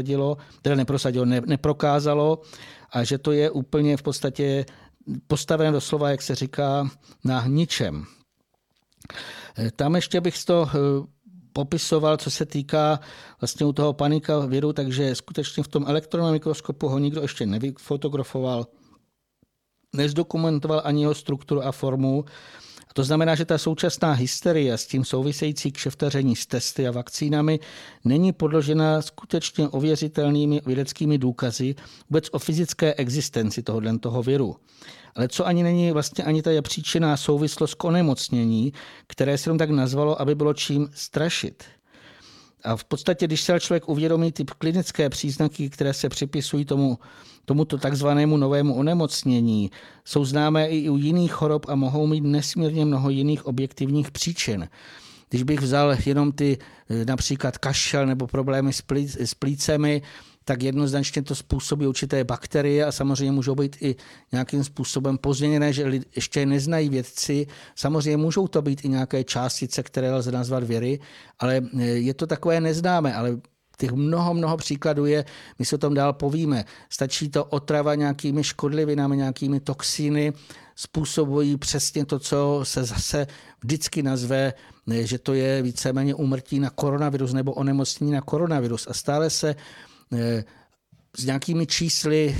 neprokázalo a že to je úplně v podstatě postavené doslova, jak se říká, na ničem. Tam ještě bych to popisoval, co se týká vlastně u toho panika viru, takže skutečně v tom elektronovém mikroskopu ho nikdo ještě nevyfotografoval, nezdokumentoval ani jeho strukturu a formu. A to znamená, že ta současná hysterie s tím související kšeftaření s testy a vakcínami není podložena skutečně ověřitelnými vědeckými důkazy vůbec o fyzické existenci toho viru. Ale co ani není vlastně ani ta je příčinná souvislost k onemocnění, které se jenom tak nazvalo, aby bylo čím strašit. A v podstatě, když se člověk uvědomí ty klinické příznaky, které se připisují tomuto takzvanému novému onemocnění, jsou známé i u jiných chorob a mohou mít nesmírně mnoho jiných objektivních příčin. Když bych vzal jenom ty například kašel nebo problémy s plícemi, tak jednoznačně to způsobí určité bakterie a samozřejmě můžou být i nějakým způsobem pozměněné, že ještě neznají vědci. Samozřejmě můžou to být i nějaké částice, které lze nazvat viry, ale je to takové neznámé, ale těch mnoho příkladů je, my se o tom dál povíme. Stačí to otrava nějakými škodlivinami, nějakými toxiny, způsobují přesně to, co se zase vždycky nazve, že to je víceméně úmrtí na koronavirus nebo onemocnění na koronavirus. A stále se s nějakými čísly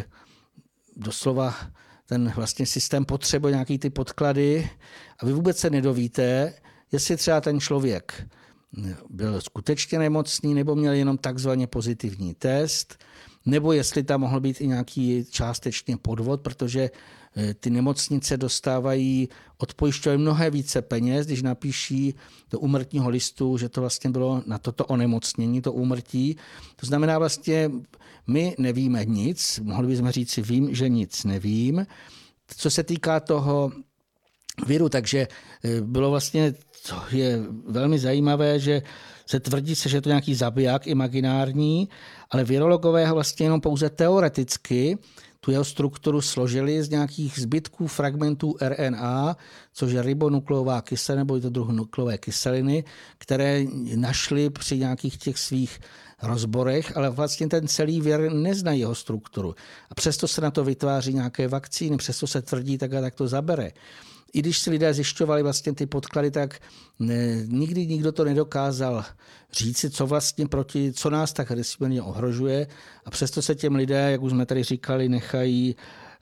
doslova ten vlastně systém potřebuje nějaký ty podklady a vy vůbec se nedovíte, jestli třeba ten člověk byl skutečně nemocný nebo měl jenom takzvaně pozitivní test, nebo jestli tam mohl být i nějaký částečně podvod, protože ty nemocnice dostávají od pojišťoven mnohé více peněz, když napíší do úmrtního listu, že to vlastně bylo na toto onemocnění, to úmrtí. To znamená vlastně, my nevíme nic, mohli bychom říct, vím, že nic nevím. Co se týká toho viru, takže bylo vlastně, to je velmi zajímavé, že se tvrdí se, že je to nějaký zabiják imaginární, ale virologové ho vlastně jenom pouze teoreticky tu jeho strukturu složili z nějakých zbytků fragmentů RNA, což je ribonukleová kyselina, nebo je to druh nukleové kyseliny, které našli při nějakých těch svých rozborech, ale vlastně ten celý vir neznají jeho strukturu. A přesto se na to vytváří nějaké vakcíny, přesto se tvrdí, tak to zabere. I když si lidé zjišťovali vlastně ty podklady, tak nikdy nikdo to nedokázal říci, co vlastně co nás tak nesmírně ohrožuje. A přesto se těm lidé, jak už jsme tady říkali, nechají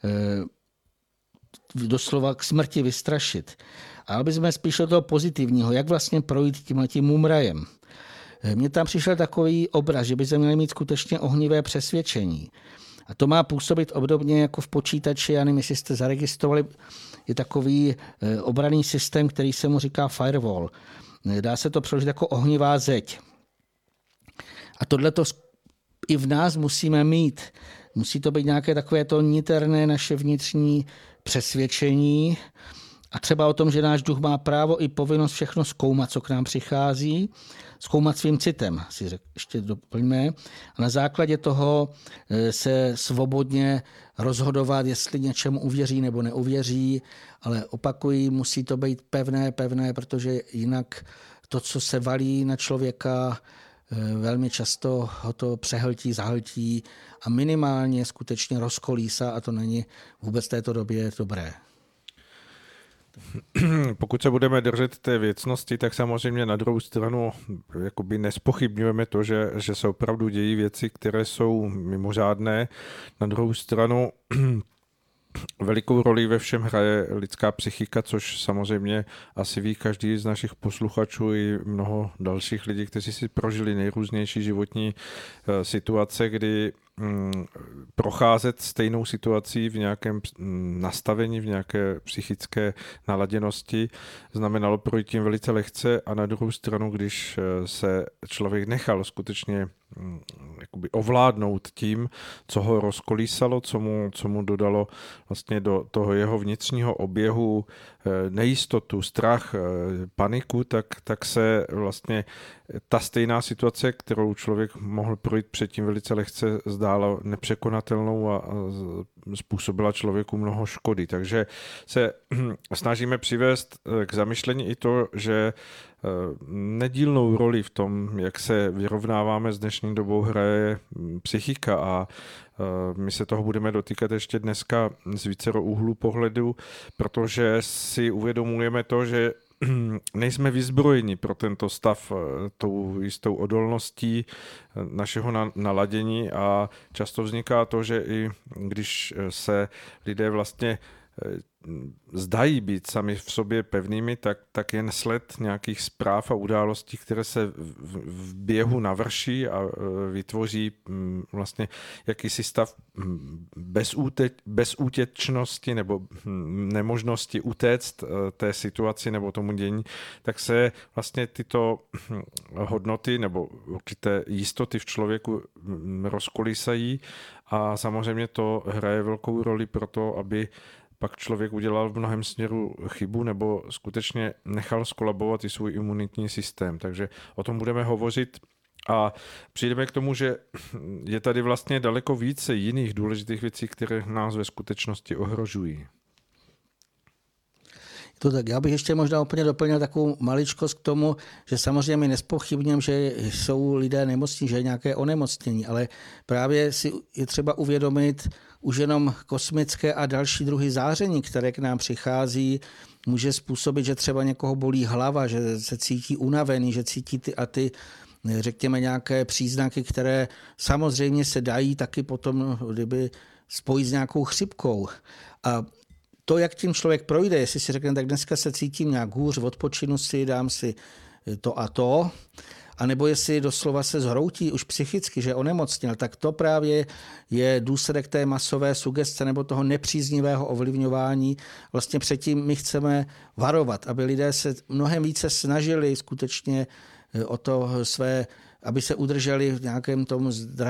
doslova k smrti vystrašit. A aby jsme spíš do toho pozitivního, jak vlastně projít tímhletím mumrajem. Mně tam přišel takový obraz, že by se měli mít skutečně ohnivé přesvědčení. A to má působit obdobně jako v počítači, já nevím, jestli jste zaregistrovali, je takový obranný systém, který se mu říká firewall. Dá se to přeložit jako ohnivá zeď. A tohleto i v nás musíme mít. Musí to být nějaké takové to niterné naše vnitřní přesvědčení a třeba o tom, že náš duch má právo i povinnost všechno zkoumat, co k nám přichází, zkoumat svým citem, si ještě doplňme, a na základě toho se svobodně rozhodovat, jestli něčemu uvěří nebo neuvěří, ale opakuji, musí to být pevné, protože jinak to, co se valí na člověka, velmi často ho to přehltí, zahltí a minimálně skutečně rozkolísá a to není vůbec v této době dobré. Pokud se budeme držet té věcnosti, tak samozřejmě na druhou stranu jakoby nespochybňujeme to, že se opravdu dějí věci, které jsou mimořádné. Na druhou stranu velikou roli ve všem hraje lidská psychika, což samozřejmě asi ví každý z našich posluchačů i mnoho dalších lidí, kteří si prožili nejrůznější životní situace, kdy procházet stejnou situací v nějakém nastavení, v nějaké psychické naladěnosti znamenalo projít tím velice lehce a na druhou stranu, když se člověk nechal skutečně jakoby ovládnout tím, co ho rozkolísalo, co mu dodalo vlastně do toho jeho vnitřního oběhu nejistotu, strach, paniku, tak se vlastně ta stejná situace, kterou člověk mohl projít předtím velice lehce, zdála nepřekonatelnou a způsobila člověku mnoho škody. Takže se snažíme přivést k zamyšlení i to, že nedílnou roli v tom, jak se vyrovnáváme s dnešní dobou, hraje psychika a my se toho budeme dotýkat ještě dneska z vícero úhlů pohledu, protože si uvědomujeme to, že nejsme vyzbrojeni pro tento stav tou jistou odolností našeho naladění a často vzniká to, že i když se lidé vlastně zdají být sami v sobě pevnými, tak jen sled nějakých zpráv a událostí, které se v běhu navrší a vytvoří vlastně jakýsi stav bezútěčnosti nebo nemožnosti utéct té situaci nebo tomu dění, tak se vlastně tyto hodnoty nebo určité jistoty v člověku rozkolísají a samozřejmě to hraje velkou roli pro to, aby pak člověk udělal v mnohem směru chybu nebo skutečně nechal skolabovat i svůj imunitní systém. Takže o tom budeme hovořit a přijdeme k tomu, že je tady vlastně daleko více jiných důležitých věcí, které nás ve skutečnosti ohrožují. To tak, já bych ještě možná úplně doplnil takovou maličkost k tomu, že samozřejmě my nespochybňujeme, že jsou lidé nemocní, že je nějaké onemocnění, ale právě si je třeba uvědomit už jenom kosmické a další druhy záření, které k nám přichází, může způsobit, že třeba někoho bolí hlava, že se cítí unavený, že cítí ty řekněme nějaké příznaky, které samozřejmě se dají taky potom kdyby spojit s nějakou chřipkou. A to, jak tím člověk projde, jestli si řekne, tak dneska se cítím nějak hůř, odpočinu si, dám si to a to, anebo jestli doslova se zhroutí už psychicky, že onemocněl, tak to právě je důsledek té masové sugestce nebo toho nepříznivého ovlivňování. Vlastně předtím my chceme varovat, aby lidé se mnohem více snažili skutečně o to své, aby se udrželi v nějakém tom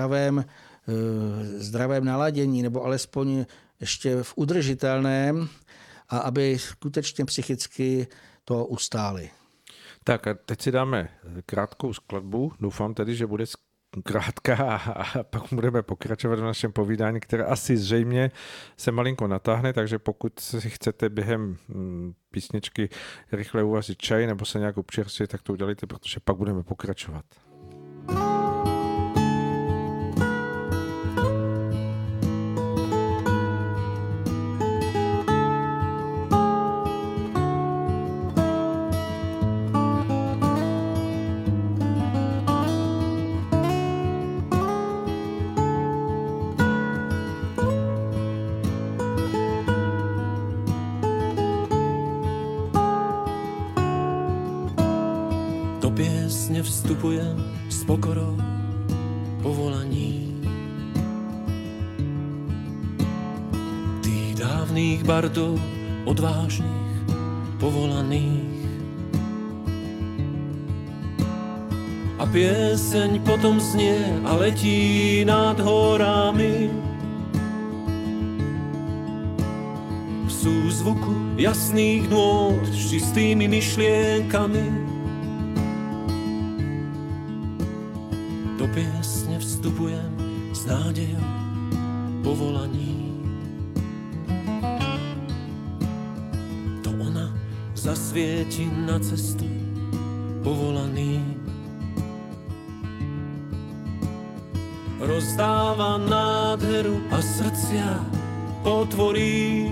zdravém naladění nebo alespoň ještě v udržitelném a aby skutečně psychicky to ustáli. Tak a teď si dáme krátkou skladbu. Doufám tedy, že bude krátká a pak budeme pokračovat v našem povídání, které asi zřejmě se malinko natáhne, takže pokud si chcete během písničky rychle uvařit čaj nebo se nějak občerstvit, tak to udělejte, protože pak budeme pokračovat. Vstupujem s pokorou povolaní. Tých dávných bardov, odvážnych, povolaných. A pieseň potom znie a letí nad horami. V súzvuku jasných nôt s čistými myšlienkami. Do piesne vstupujem s nádejou povolaní. To ona zasvieti na cestu povolaný. Rozdáva nádheru a srdcia otvorí.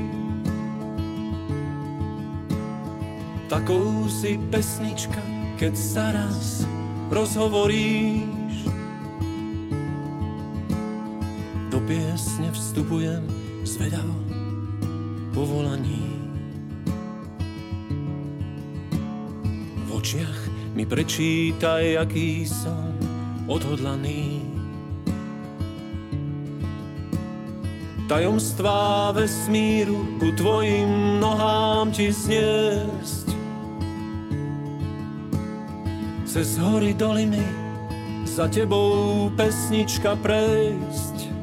Takou si pesnička, keď sa raz rozhovoríš. Do piesne vstupujem zvedavo povolaní. V očiach mi prečítaj, aký som odhodlaný. Tajomstvá vesmíru ku tvojim nohám ti zniesť. Cez hory doliny za tebou pesnička prejsť.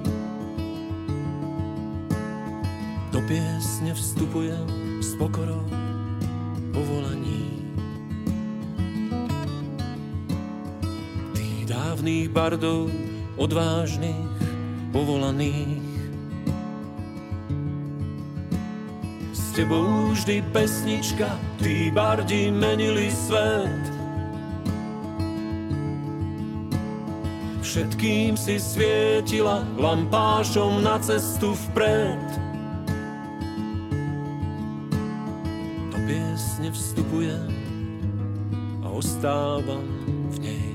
Do piesne vstupujem s pokorou povolaní. Tých dávnych bardov, odvážnych, povolaných. S tebou vždy pesnička, tí bardi menili svet. Všetkým si svietila lampášom na cestu vpred. Vstupujem a ostávam v nej.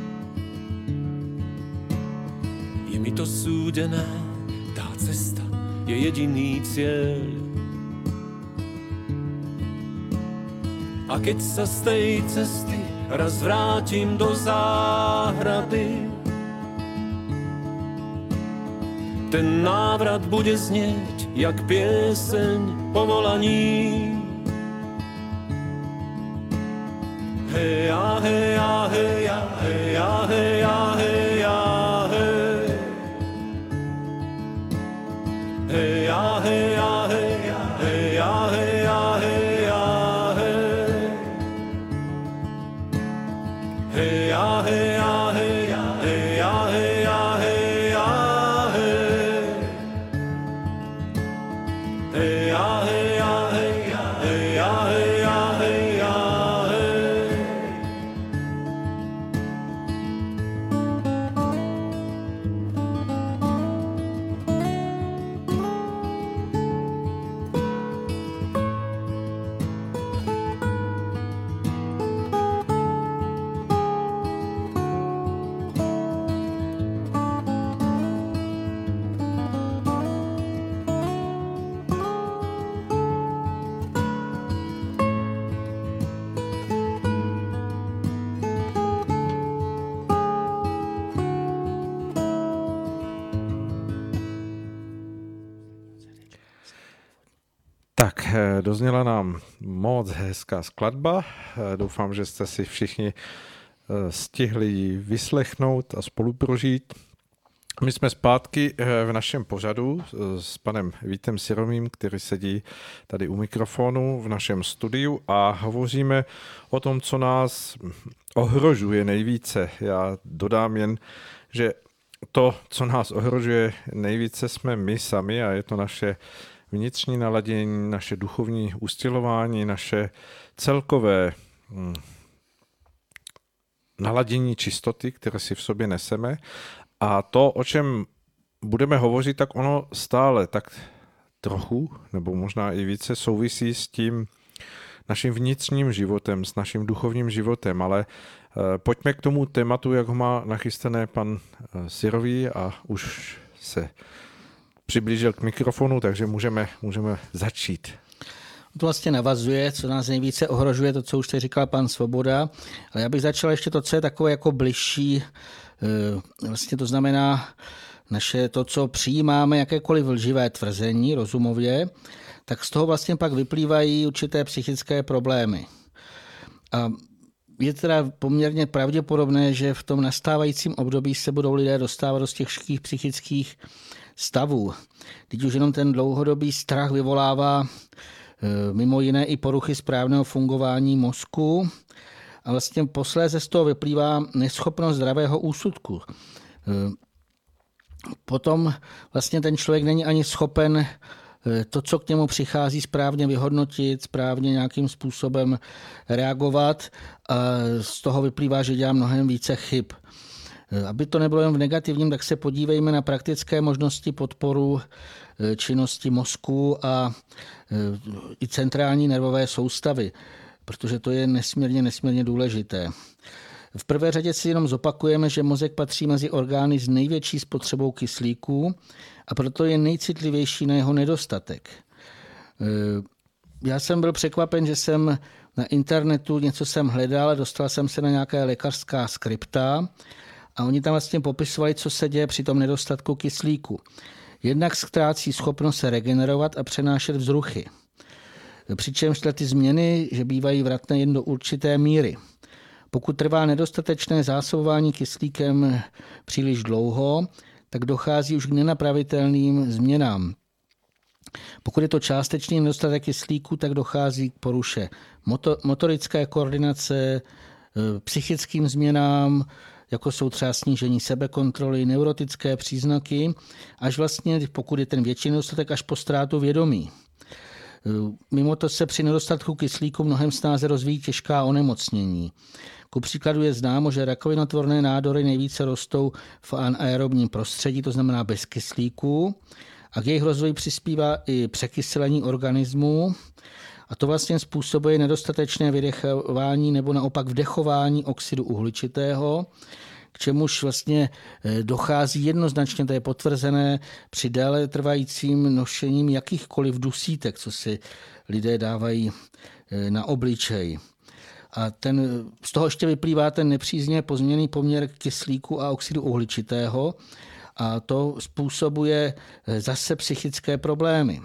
Je mi to súdené, tá cesta je jediný cieľ. A keď sa z tej cesty raz vrátim do záhrady, ten návrat bude znieť jak pieseň povolaní. Heja, heja, heja, heja, heja, heja, hej. Heja, heja, heja, heja, heja, heja, hej. Heja, heja, heja, heja, heja, heja, hej. Heja, heja, heja, heja, heja, heja, hej. Tak, dozněla nám moc hezká skladba. Doufám, že jste si všichni stihli ji vyslechnout a spoluprožít. My jsme zpátky v našem pořadu s panem Vítem Siromým, který sedí tady u mikrofonu v našem studiu a hovoříme o tom, co nás ohrožuje nejvíce. Já dodám jen, že to, co nás ohrožuje nejvíce, jsme my sami a je to naše vnitřní naladění, naše duchovní ustělování, naše celkové naladění čistoty, které si v sobě neseme. A to, o čem budeme hovořit, tak ono stále tak trochu, nebo možná i více souvisí s tím naším vnitřním životem, s naším duchovním životem, ale pojďme k tomu tématu, jak ho má nachystané pan Sirový a už se přiblížil k mikrofonu, takže můžeme začít. To vlastně navazuje, co nás nejvíce ohrožuje, to, co už tady říkal pan Svoboda, ale já bych začal ještě to, co je takové jako bližší, vlastně to znamená naše to, co přijímáme, jakékoliv lživé tvrzení rozumově, tak z toho vlastně pak vyplývají určité psychické problémy. A je teda poměrně pravděpodobné, že v tom nastávajícím období se budou lidé dostávat do těch psychických stavů. Teď už jenom ten dlouhodobý strach vyvolává mimo jiné i poruchy správného fungování mozku a vlastně posléze z toho vyplývá neschopnost zdravého úsudku. Potom vlastně ten člověk není ani schopen to, co k němu přichází, správně vyhodnotit, správně nějakým způsobem reagovat a z toho vyplývá, že dělá mnohem více chyb. Aby to nebylo jen v negativním, tak se podívejme na praktické možnosti podporu činnosti mozku a i centrální nervové soustavy, protože to je nesmírně důležité. V prvé řadě si jenom zopakujeme, že mozek patří mezi orgány s největší spotřebou kyslíku a proto je nejcitlivější na jeho nedostatek. Já jsem byl překvapen, že jsem na internetu něco jsem hledal, dostal jsem se na nějaké lékařská skripta a oni tam vlastně popisovali, co se děje při tom nedostatku kyslíku. Jednak ztrácí schopnost se regenerovat a přenášet vzruchy. Přičemž ty změny, že bývají vratné jen do určité míry. Pokud trvá nedostatečné zásobování kyslíkem příliš dlouho, tak dochází už k nenapravitelným změnám. Pokud je to částečný nedostatek kyslíku, tak dochází k poruše motorické koordinace, psychickým změnám, jako jsou třeba snížení sebekontroly, neurotické příznaky, až vlastně, pokud je ten větší nedostatek, až po ztrátu vědomí. Mimo to se při nedostatku kyslíku mnohem snáze rozvíjí těžká onemocnění. Ku příkladu je známo, že rakovinotvorné nádory nejvíce rostou v anaerobním prostředí, to znamená bez kyslíku, a k jejich rozvoji přispívá i překyselení organismu, a to vlastně způsobuje nedostatečné vydechování nebo naopak vdechování oxidu uhličitého, k čemuž vlastně dochází jednoznačně, to je potvrzené, při déle trvajícím nošením jakýchkoliv dusítek, co si lidé dávají na obličej. A z toho ještě vyplývá ten nepříznivě pozměněný poměr kyslíku a oxidu uhličitého a to způsobuje zase psychické problémy.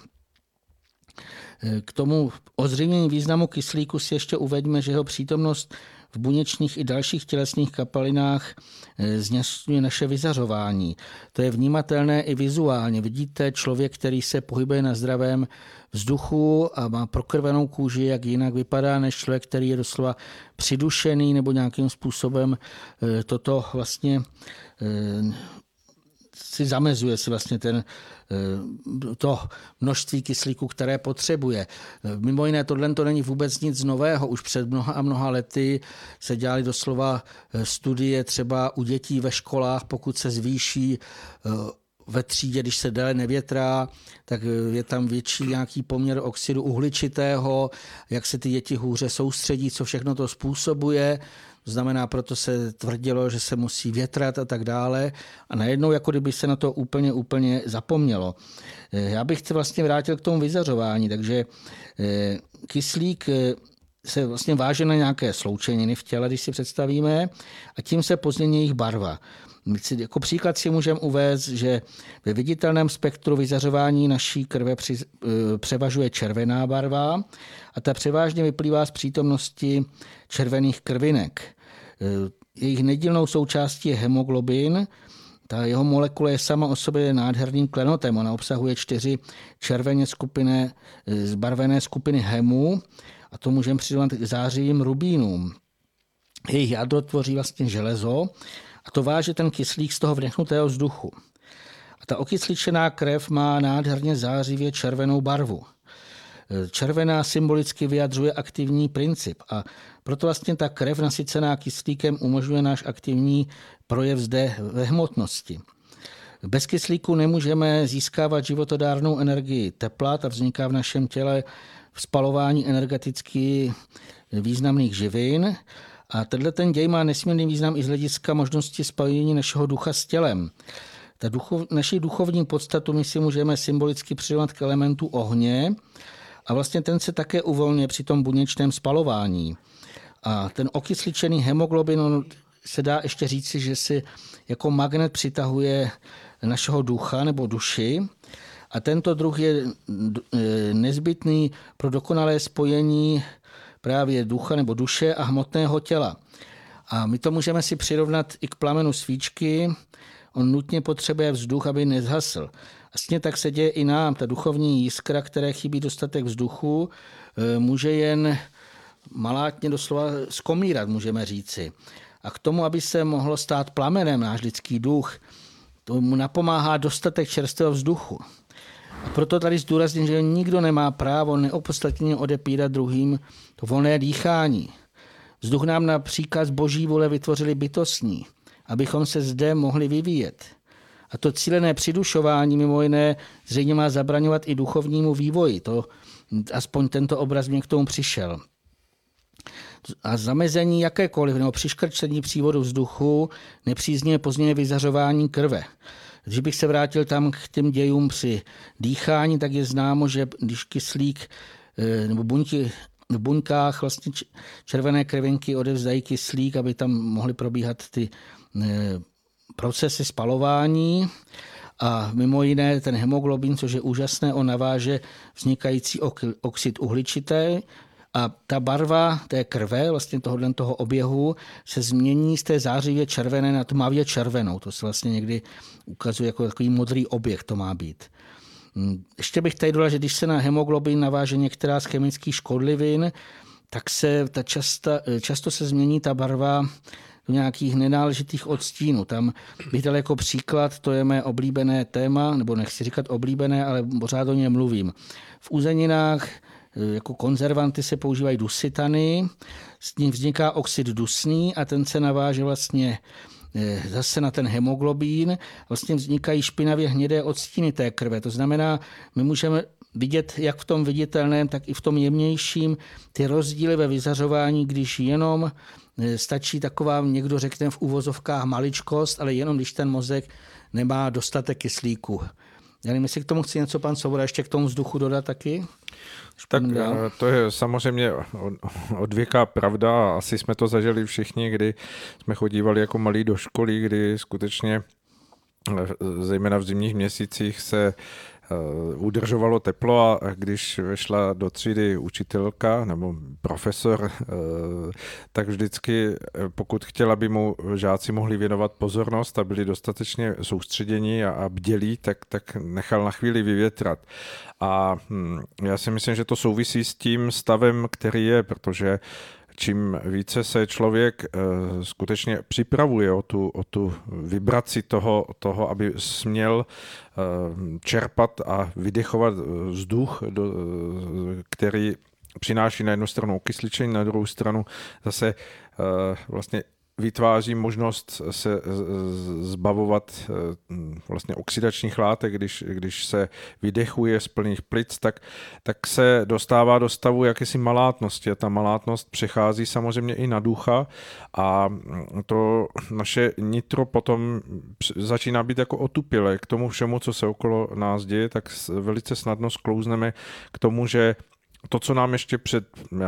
K tomu ozřejmění významu kyslíku si ještě uveďme, že jeho přítomnost v buněčných i dalších tělesných kapalinách zněsňuje naše vyzařování. To je vnímatelné i vizuálně. Vidíte člověk, který se pohybuje na zdravém vzduchu a má prokrvenou kůži, jak jinak vypadá, než člověk, který je doslova přidušený nebo nějakým způsobem toto vlastně si zamezuje si vlastně to množství kyslíku, které potřebuje. Mimo jiné, tohle to není vůbec nic nového. Už před mnoha a mnoha lety se dělaly doslova studie třeba u dětí ve školách, pokud se zvýší ve třídě, když se déle nevětrá, tak je tam větší nějaký poměr oxidu uhličitého, jak se ty děti hůře soustředí, co všechno to způsobuje. To znamená, proto se tvrdilo, že se musí větrat a tak dále. A najednou, jako kdyby se na to úplně zapomnělo. Já bych se vlastně vrátil k tomu vyzařování. Takže kyslík se vlastně váže na nějaké sloučeniny v těle, když si představíme, a tím se pozmění jejich barva. Jako příklad si můžeme uvést, že ve viditelném spektru vyzařování naší krve převažuje červená barva a ta převážně vyplývá z přítomnosti červených krvinek. Jejich nedílnou součástí je hemoglobin. Ta jeho molekula je sama o sobě nádherným klenotem. Ona obsahuje 4 červeně zbarvené skupiny hemu a to můžeme přirovnat k zářivým rubínům. Jejich jádro tvoří vlastně železo a to váže ten kyslík z toho vdechnutého vzduchu. A ta okysličená krev má nádherně zářivě červenou barvu. Červená symbolicky vyjadřuje aktivní princip a proto vlastně ta krev nasycená kyslíkem umožňuje náš aktivní projev zde ve hmotnosti. Bez kyslíku nemůžeme získávat životodárnou energii tepla, ta vzniká v našem těle v spalování energeticky významných živin. A ten děj má nesmírný význam i z hlediska možnosti spojení našeho ducha s tělem. Naši duchovní podstatu my si můžeme symbolicky přirovnat k elementu ohně a vlastně ten se také uvolňuje při tom buněčném spalování. A ten okysličený hemoglobin, se dá ještě říci, že si jako magnet přitahuje našeho ducha nebo duši a tento druh je nezbytný pro dokonalé spojení právě ducha nebo duše a hmotného těla. A my to můžeme si přirovnat i k plamenu svíčky. On nutně potřebuje vzduch, aby nezhasl. Vlastně tak se děje i nám. Ta duchovní jiskra, které chybí dostatek vzduchu, může jen malátně doslova skomírat, můžeme říci. A k tomu, aby se mohlo stát plamenem náš lidský duch, tomu napomáhá dostatek čerstvého vzduchu. A proto tady zdůrazním, že nikdo nemá právo neopodstatněně odepírat druhým to volné dýchání. Vzduch nám na příkaz boží vůle vytvořili bytostní, abychom se zde mohli vyvíjet. A to cílené přidušování mimo jiné zřejmě má zabraňovat i duchovnímu vývoji. Aspoň tento obraz mě k tomu přišel. A zamezení jakékoliv nebo přiškrčení přívodu vzduchu nepříznivě později vyzařování krve. Když bych se vrátil tam k těm dějům při dýchání, tak je známo, že když kyslík nebo buňky v buňkách vlastně červené krvinky odevzdají kyslík, aby tam mohly probíhat ty procesy spalování a mimo jiné ten hemoglobin, což je úžasné, on naváže vznikající oxid uhličitý a ta barva té krve, vlastně toho oběhu, se změní z té zářivě červené na tmavě červenou. To se vlastně někdy ukazuje jako takový modrý oběh to má být. Ještě bych tady dodal, že když se na hemoglobin naváže některá z chemických škodlivin, tak se často se změní ta barva do nějakých nenáležitých odstínů. Tam bych dal jako příklad, to je mé oblíbené téma, nebo nechci říkat oblíbené, ale pořád o něm mluvím. V uzeninách jako konzervanty se používají dusitany, z nich vzniká oxid dusný a ten se naváže vlastně zase na ten hemoglobín. Vlastně vznikají špinavě hnědé odstíny té krve. To znamená, my můžeme vidět jak v tom viditelném, tak i v tom jemnějším ty rozdíly ve vyzařování, když jenom stačí taková, někdo řekne v uvozovkách maličkost, ale jenom když ten mozek nemá dostatek kyslíku. Já nevím, jestli k tomu chci něco pan Svoboda ještě k tomu vzduchu dodat taky? Tak to je samozřejmě odvěká pravda. Asi jsme to zažili všichni, kdy jsme chodívali jako malí do školy, kdy skutečně zejména v zimních měsících se udržovalo teplo a když vešla do třídy učitelka nebo profesor, tak vždycky, pokud chtěla, aby mu žáci mohli věnovat pozornost a byli dostatečně soustředění a bdělí, tak nechal na chvíli vyvětrat. A já si myslím, že to souvisí s tím stavem, který je, protože čím více se člověk skutečně připravuje o tu vibraci toho, aby směl čerpat a vydechovat vzduch, který přináší na jednu stranu okysličení, na druhou stranu zase vlastně vytváří možnost se zbavovat vlastně oxidačních látek, když se vydechuje z plných plic, tak se dostává do stavu jakési malátnosti a ta malátnost přechází samozřejmě i na ducha a to naše nitro potom začíná být jako otupělé k tomu všemu, co se okolo nás děje, tak velice snadno sklouzneme k tomu, že to, co nám ještě před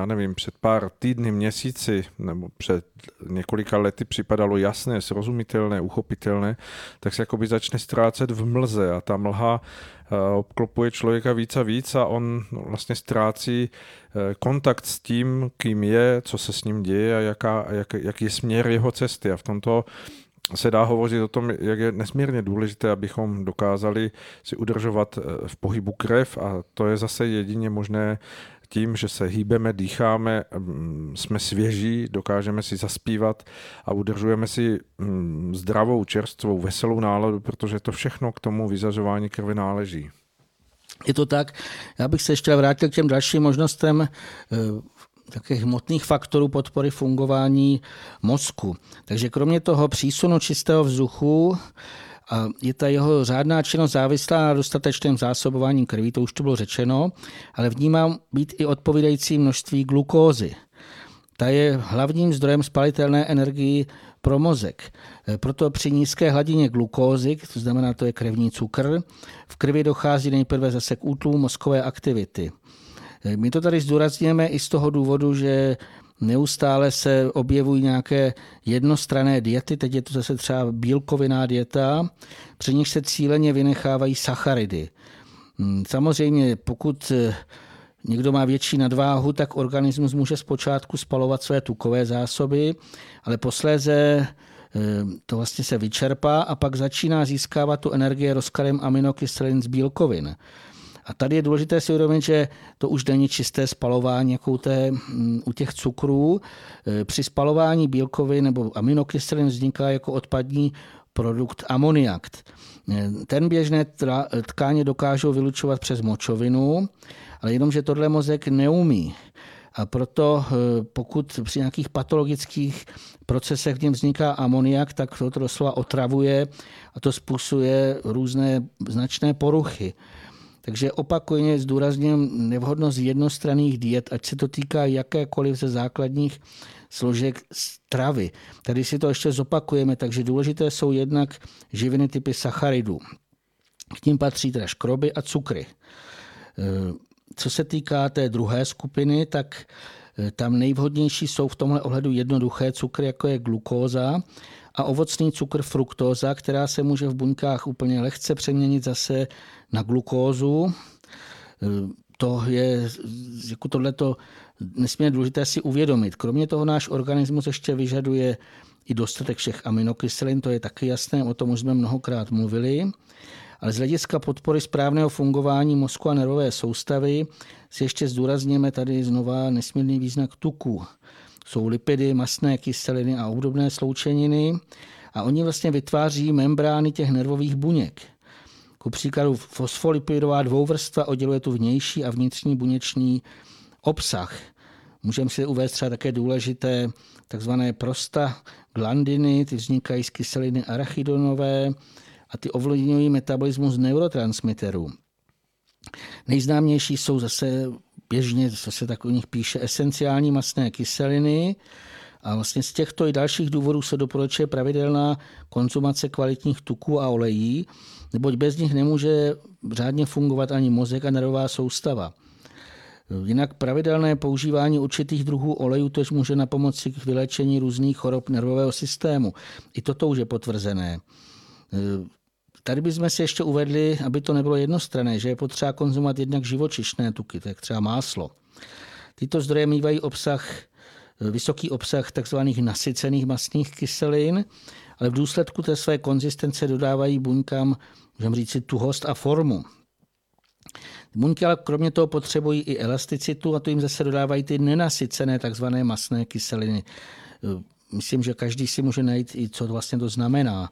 pár týdny, měsíci nebo před několika lety připadalo jasné, srozumitelné, uchopitelné, tak se jakoby začne ztrácet v mlze a ta mlha obklopuje člověka víc a víc a on vlastně ztrácí kontakt s tím, kým je, co se s ním děje a jaký je směr jeho cesty. A v tomto se dá hovořit o tom, jak je nesmírně důležité, abychom dokázali si udržovat v pohybu krev a to je zase jedině možné tím, že se hýbeme, dýcháme, jsme svěží, dokážeme si zaspívat a udržujeme si zdravou, čerstvou, veselou náladu, protože to všechno k tomu vyzařování krve náleží. Je to tak. Já bych se ještě vrátil k těm dalším možnostem takových hmotných faktorů podpory fungování mozku. Takže kromě toho přísunu čistého vzduchu je ta jeho řádná činnost závislá na dostatečném zásobování krví, to už to bylo řečeno, ale vnímám být i odpovídající množství glukózy. Ta je hlavním zdrojem spalitelné energii pro mozek. Proto při nízké hladině glukózy, to znamená, to je krevní cukr, v krvi dochází nejprve zase k útlumu mozkové aktivity. My to tady zdůrazňujeme i z toho důvodu, že neustále se objevují nějaké jednostranné diety, teď je to zase třeba bílkovinná dieta, při nich se cíleně vynechávají sacharidy. Samozřejmě, pokud někdo má větší nadváhu, tak organismus může zpočátku spalovat své tukové zásoby, ale posléze to vlastně se vyčerpá a pak začíná získávat tu energii rozkladem aminokyselin z bílkovin. A tady je důležité si uvědomit, že to už není čisté spalování jako u těch cukrů. Při spalování bílkovin nebo aminokyselin vzniká jako odpadní produkt amoniak. Ten běžné tkáně dokážou vylučovat přes močovinu, ale jenom, že tohle mozek neumí. A proto pokud při nějakých patologických procesech v něm vzniká amoniak, tak to doslova otravuje a to způsobuje různé značné poruchy. Takže opakovaně zdůrazňujem nevhodnost jednostranných diet, ať se to týká jakékoliv ze základních složek stravy. Tady si to ještě zopakujeme, takže důležité jsou jednak živiny typy sacharidů. K nim patří teda škroby a cukry. Co se týká té druhé skupiny, tak tam nejvhodnější jsou v tomhle ohledu jednoduché cukry, jako je glukóza a ovocný cukr fruktóza, která se může v buňkách úplně lehce přeměnit zase na glukózu. To je jako tohleto nesmírně důležité si uvědomit. Kromě toho náš organismus ještě vyžaduje i dostatek všech aminokyselin, to je taky jasné, o tom už jsme mnohokrát mluvili. Ale z hlediska podpory správného fungování mozku a nervové soustavy si ještě zdůrazněme tady znova nesmírný význak tuku. Jsou lipidy, mastné kyseliny a obdobné sloučeniny a oni vlastně vytváří membrány těch nervových buněk. Ku příkladu fosfolipidová dvouvrstva odděluje tu vnější a vnitřní buněční obsah. Můžeme si uvést třeba také důležité takzvané prostaglandiny, ty vznikají z kyseliny arachidonové a ty ovlivňují metabolismus neurotransmiterů. Nejznámější jsou zase běžně, co se tak o nich píše, esenciální mastné kyseliny A vlastně z těchto i dalších důvodů se doporučuje pravidelná konzumace kvalitních tuků a olejí, neboť bez nich nemůže řádně fungovat ani mozek a nervová soustava. Jinak pravidelné používání určitých druhů olejů tož může napomoci k vyléčení různých chorob nervového systému. I toto už je potvrzené. Tady bychom si ještě uvedli, aby to nebylo jednostranné, že je potřeba konzumovat jednak živočišné tuky, tak třeba máslo. Tyto zdroje mývají vysoký obsah tzv. Nasycených mastných kyselin, ale v důsledku té své konzistence dodávají buňkám, můžeme říct, tuhost a formu. Buňky ale kromě toho potřebují i elasticitu a to jim zase dodávají ty nenasycené tzv. Mastné kyseliny. Myslím, že každý si může najít i co vlastně to znamená.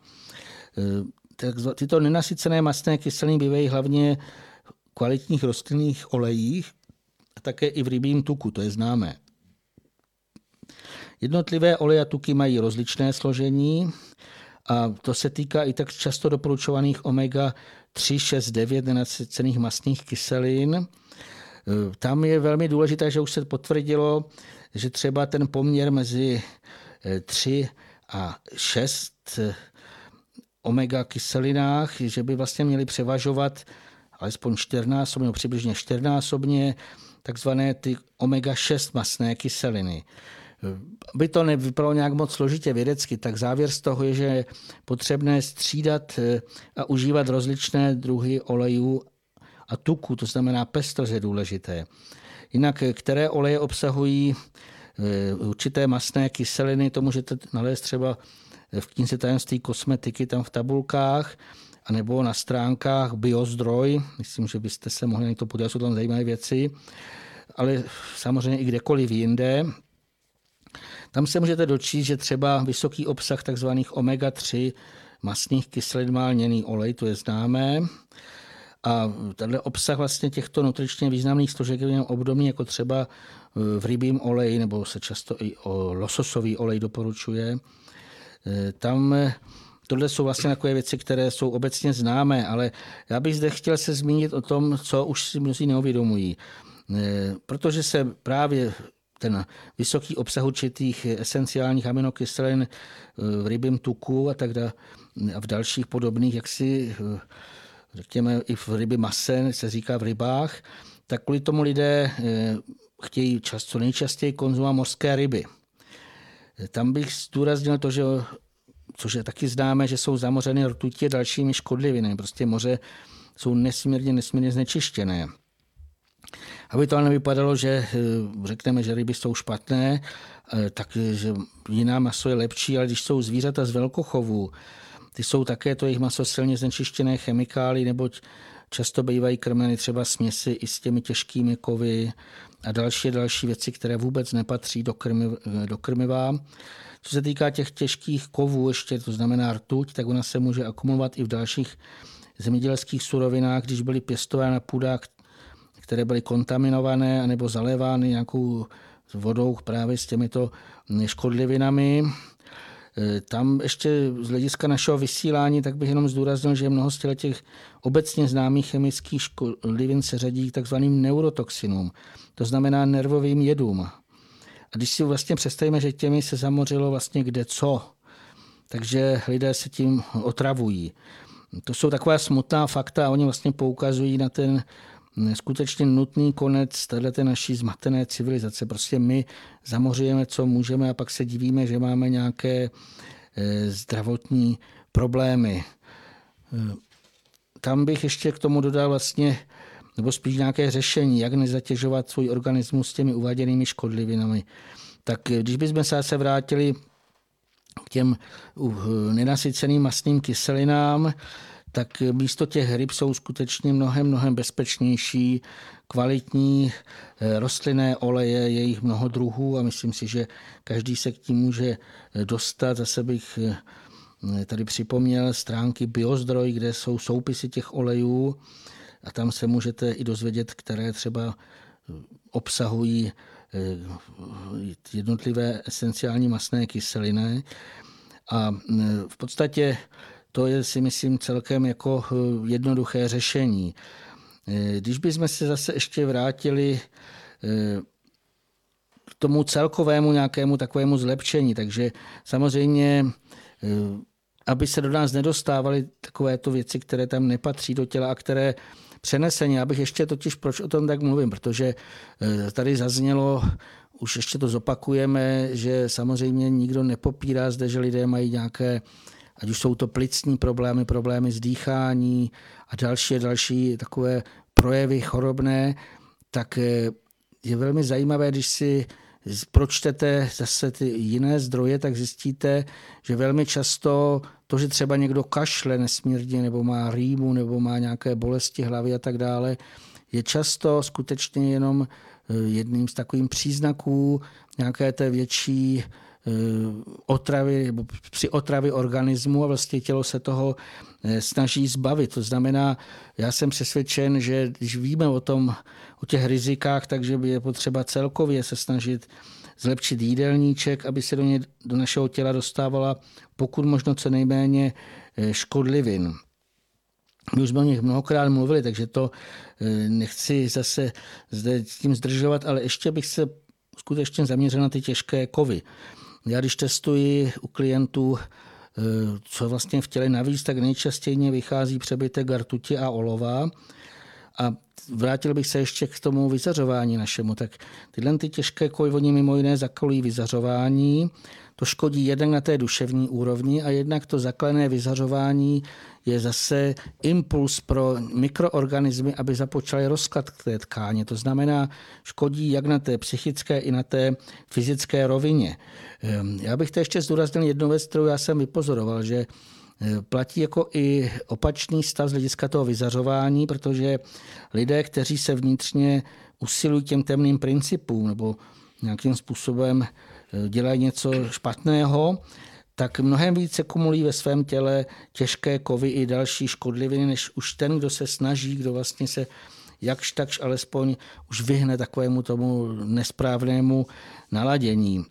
Tyto nenasycené mastné kyseliny bývají hlavně v kvalitních rostlinných olejích a také i v rybím tuku, to je známé. Jednotlivé oleje a tuky mají rozličné složení a to se týká i tak často doporučovaných omega 3, 6, 9 nenasycených mastných kyselin. Tam je velmi důležité, že už se potvrdilo, že třeba ten poměr mezi 3 a 6 omega kyselinách, že by vlastně měly převažovat alespoň 4násobně, nebo přibližně 4násobně takzvané ty omega 6 mastné kyseliny. Aby to nevypadalo nějak moc složitě vědecky, tak závěr z toho je, že je potřebné střídat a užívat rozličné druhy olejů a tuku, to znamená pestrost je důležité. Jinak, které oleje obsahují určité mastné kyseliny, to můžete nalézt třeba v knize Tajemství kosmetiky, tam v tabulkách, anebo na stránkách Biozdroj. Myslím, že byste se mohli na to podívat, jsou tam zajímavé věci, ale samozřejmě i kdekoliv jinde. Tam se můžete dočíst, že třeba vysoký obsah tzv. Omega 3 mastných kyselin má lněný olej, to je známé. A tenhle obsah vlastně těchto nutričně významných složek je obdobný jako třeba v rybím oleji, nebo se často i lososový olej doporučuje. Tam tohle jsou vlastně takové věci, které jsou obecně známé, ale já bych zde chtěl se zmínit o tom, co už si mnozí neuvědomují. Protože se právě ten vysoký obsah určitých esenciálních aminokyselin v rybím tuku a tak dále a v dalších podobných, jaksi řekněme i v rybí mase, se říká v rybách, tak kvůli tomu lidé chtějí co nejčastěji konzumovat mořské ryby. Tam bych zdůraznil to, že, což je taky známe, že jsou zamořeny rtutí a dalšími škodlivinami. Prostě moře jsou nesmírně znečištěné. Aby to ale nevypadalo, že řekneme, že ryby jsou špatné, takže jiná maso je lepší, ale když jsou zvířata z velkochovu, ty jsou také to jejich maso silně znečištěné chemikály, neboť často bývají krmeny třeba směsi i s těmi těžkými kovy a další věci, které vůbec nepatří do krmiva. Co se týká těch těžkých kovů, ještě to znamená rtuť, tak ona se může akumulovat i v dalších zemědělských surovinách, když byly pěstovány na půdách, které byly kontaminované anebo zalévány nějakou vodou právě s těmito škodlivinami. Tam ještě z hlediska našeho vysílání, tak bych jenom zdůraznil, že mnoho z těch obecně známých chemických škodlivin se řadí k takzvaným neurotoxinům, to znamená nervovým jedům. A když si vlastně představíme, že těmi se zamořilo vlastně kde co, takže lidé se tím otravují. To jsou taková smutná fakta a oni vlastně poukazují na ten skutečně nutný konec této naší zmatené civilizace. Prostě my zamořujeme, co můžeme a pak se divíme, že máme nějaké zdravotní problémy. Tam bych ještě k tomu dodal vlastně, nebo spíš nějaké řešení, jak nezatěžovat svůj organismus s těmi uváděnými škodlivinami. Tak když bychom se vrátili k těm nenasyceným mastným kyselinám, tak místo těch ryb jsou skutečně mnohem bezpečnější, kvalitní rostlinné oleje, je jich mnoho druhů a myslím si, že každý se k tím může dostat. Zase bych tady připomněl stránky Biozdroj, kde jsou soupisy těch olejů a tam se můžete i dozvědět, které třeba obsahují jednotlivé esenciální mastné kyseliny. A v podstatě to je, si myslím, celkem jako jednoduché řešení. Když bychom se zase ještě vrátili k tomu celkovému nějakému takovému zlepšení. Takže samozřejmě, aby se do nás nedostávaly takovéto věci, které tam nepatří do těla a které přeneseně. Já bych ještě totiž, proč o tom tak mluvím, protože tady zaznělo, už ještě to zopakujeme, že samozřejmě nikdo nepopírá zde, že lidé mají nějaké, ať už jsou to plicní problémy, problémy s dýchání a další takové projevy chorobné, tak je velmi zajímavé, když si pročtete zase ty jiné zdroje, tak zjistíte, že velmi často to, že třeba někdo kašle nesmírně, nebo má rýmu, nebo má nějaké bolesti hlavy a tak dále, je často skutečně jenom jedním z takových příznaků nějaké té větší otravy, nebo při otravě organismu a vlastně tělo se toho snaží zbavit. To znamená, já jsem přesvědčen, že když víme o těch rizikách, takže je potřeba celkově se snažit zlepšit jídelníček, aby se do našeho těla dostávala pokud možno co nejméně škodlivin. My už jsme o nich mnohokrát mluvili, takže to nechci zase zde tím zdržovat, ale ještě bych se skutečně zaměřil na ty těžké kovy. Já když testuji u klientů, co vlastně v těle navíc, tak nejčastěji vychází přebytek rtuti a olova. A vrátil bych se ještě k tomu vyzařování našemu. Tak tyhle ty těžké kovy, oni mimo jiné zakolí vyzařování. To škodí jednak na té duševní úrovni a jednak to zakalené vyzařování je zase impuls pro mikroorganismy, aby započaly rozklad té tkáně. To znamená, škodí jak na té psychické i na té fyzické rovině. Já bych to ještě zdůraznil jednu věc, kterou já jsem vypozoroval, že platí jako i opačný stav z hlediska toho vyzařování, protože lidé, kteří se vnitřně usilují těm temným principům nebo nějakým způsobem dělají něco špatného, tak mnohem více kumulují ve svém těle těžké kovy i další škodliviny, než už ten, kdo se snaží, kdo vlastně se jakž takž alespoň už vyhne takovému tomu nesprávnému naladění.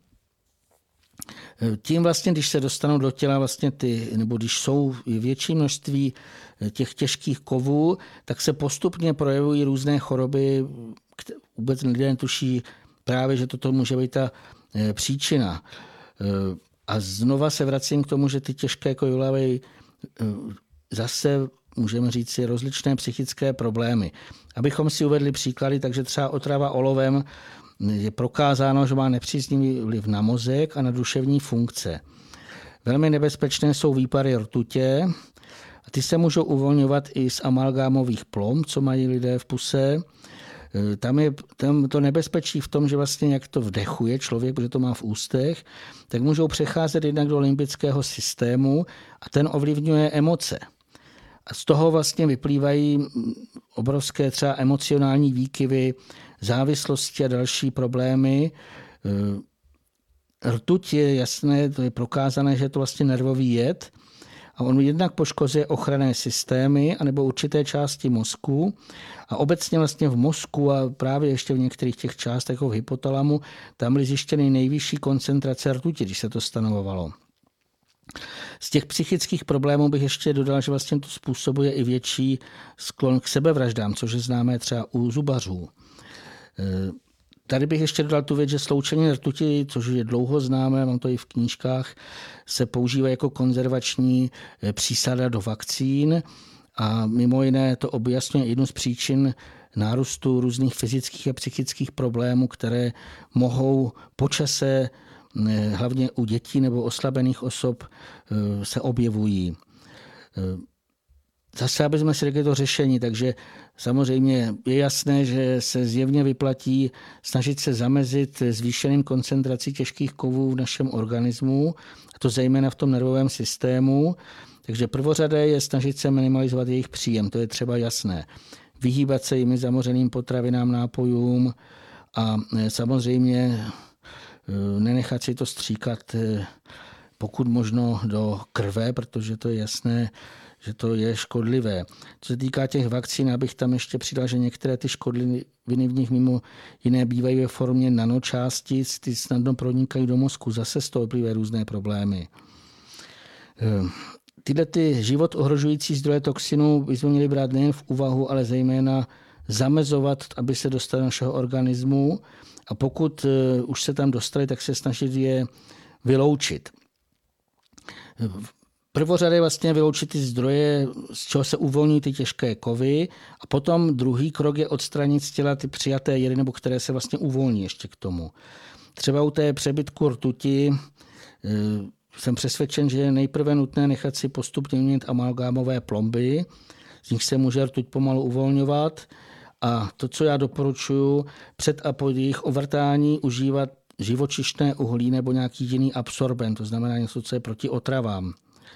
Tím vlastně, když se dostanou do těla vlastně nebo když jsou větší množství těch těžkých kovů, tak se postupně projevují různé choroby, vůbec lidé netuší právě, že toto může být ta příčina. A znova se vracím k tomu, že ty těžké kovy vyvolávají zase, můžeme říct si, rozličné psychické problémy. Abychom si uvedli příklady, takže třeba otrava olovem je prokázáno, že má nepříznivý vliv na mozek a na duševní funkce. Velmi nebezpečné jsou výpary rtutě a ty se můžou uvolňovat i z amalgámových plomb, co mají lidé v puse. Tam je to nebezpečí v tom, že vlastně jak to vdechuje člověk, protože to má v ústech, tak můžou přecházet jednak do limbického systému a ten ovlivňuje emoce. A z toho vlastně vyplývají obrovské třeba emocionální výkyvy, závislosti a další problémy. Rtuť je jasné, to je prokázané, že je to vlastně nervový jed a on jednak poškozuje ochranné systémy anebo určité části mozku a obecně vlastně v mozku a právě ještě v některých těch částech jako v hypotalamu tam byly zjištěny nejvyšší koncentrace rtuti, když se to stanovovalo. Z těch psychických problémů bych ještě dodal, že vlastně to způsobuje i větší sklon k sebevraždám, což je známé třeba u zubařů. Tady bych ještě dodal tu věc, že sloučenin rtuti, což je dlouho známé, mám to i v knížkách, se používá jako konzervační přísada do vakcín a mimo jiné to objasňuje jednu z příčin nárůstu různých fyzických a psychických problémů, které mohou po čase, hlavně u dětí nebo oslabených osob, se objevují. Zase, aby jsme si řekli to řešení, takže samozřejmě je jasné, že se zjevně vyplatí snažit se zamezit zvýšeným koncentrací těžkých kovů v našem organismu, a to zejména v tom nervovém systému. Takže prvořadé je snažit se minimalizovat jejich příjem, to je třeba jasné. Vyhýbat se jimi zamořeným potravinám, nápojům a samozřejmě nenechat si to stříkat pokud možno do krve, protože to je jasné, že to je škodlivé. Co se týká těch vakcín, abych tam ještě přidal, že některé ty škodliviny v nich mimo jiné bývají ve formě nanočástic, ty snadno pronikají do mozku, zase z toho vyplývají různé problémy. Tyhle ty život ohrožující zdroje toxinů bychom měli brát nejen v úvahu, ale zejména zamezovat, aby se dostali do našeho organismu a pokud už se tam dostali, tak se snažit je vyloučit. Prvořadé vlastně vyloučit ty zdroje, z čeho se uvolní ty těžké kovy a potom druhý krok je odstranit z těla ty přijaté jedy, nebo které se vlastně uvolní ještě k tomu. Třeba u té přebytku rtuti jsem přesvědčen, že je nejprve nutné nechat si postupně měnit amalgámové plomby, z nich se může rtuť pomalu uvolňovat a to, co já doporučuji, před a po jejich ovrtání užívat živočišné uhlí nebo nějaký jiný absorbent, to znamená něco, co je proti otravám.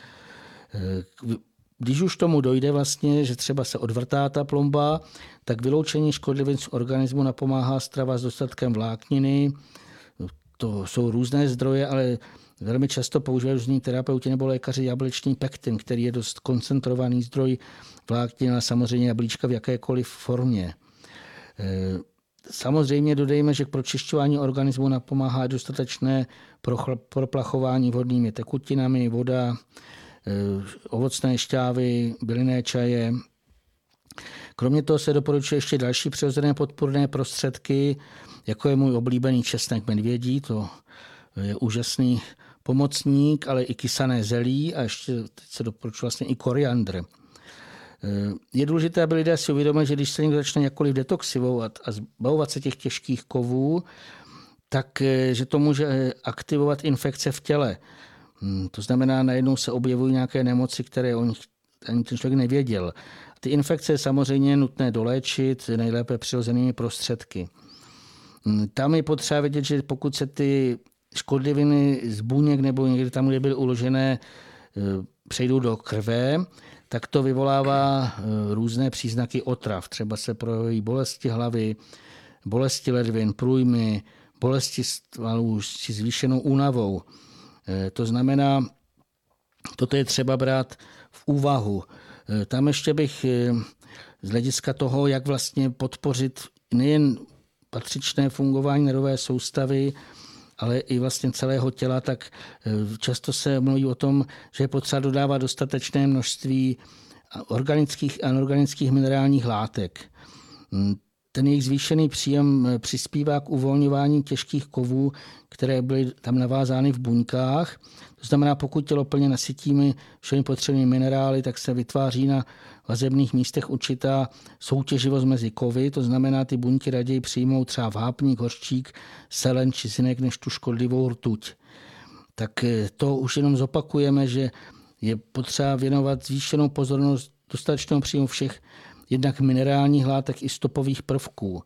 Když už tomu dojde vlastně, že třeba se odvrtá ta plomba, tak vyloučení škodlivin z organismu napomáhá strava s dostatkem vlákniny. To jsou různé zdroje, ale velmi často používají různí terapeuti nebo lékaři jablečný pektin, který je dost koncentrovaný zdroj vlákniny, ale samozřejmě jablíčka v jakékoliv formě. Samozřejmě dodejme, že k pročišťování organismu napomáhá dostatečné proplachování vhodnými tekutinami, voda, ovocné šťávy, bylinné čaje. Kromě toho se doporučuje ještě další přirozené podpůrné prostředky, jako je můj oblíbený česnek medvědí, to je úžasný pomocník, ale i kysané zelí a ještě teď se doporučuje vlastně i koriandr. Je důležité, aby lidé si uvědomili, že když se někdo začne jakkoliv detoxivovat a zbavovat se těch těžkých kovů, tak že to může aktivovat infekce v těle. To znamená, najednou se objevují nějaké nemoci, které ani ten člověk nevěděl. Ty infekce je samozřejmě nutné doléčit nejlépe přirozenými prostředky. Tam je potřeba vědět, že pokud se ty škodliviny z buněk nebo někde tam, kde byly uložené, přejdou do krve, tak to vyvolává různé příznaky otrav. Třeba se projeví bolesti hlavy, bolesti ledvin, průjmy, bolesti svalů s zvýšenou únavou. To znamená, toto je třeba brát v úvahu. Tam ještě bych z hlediska toho, jak vlastně podpořit nejen patřičné fungování nervové soustavy, ale i vlastně celého těla, tak často se mluví o tom, že je potřeba dodávat dostatečné množství organických a anorganických minerálních látek. Ten jejich zvýšený příjem přispívá k uvolňování těžkých kovů, které byly tam navázány v buňkách. To znamená, pokud tělo plně nasytíme všemi potřebnými minerály, tak se vytváří na vazebných místech určitá soutěživost mezi kovy. To znamená, ty buňky raději přijmou třeba vápník, hořčík, selen či zinek než tu škodlivou rtuť. Tak to už jenom zopakujeme, že je potřeba věnovat zvýšenou pozornost dostatečného příjmu všech jednak minerálních látek i stopových prvků.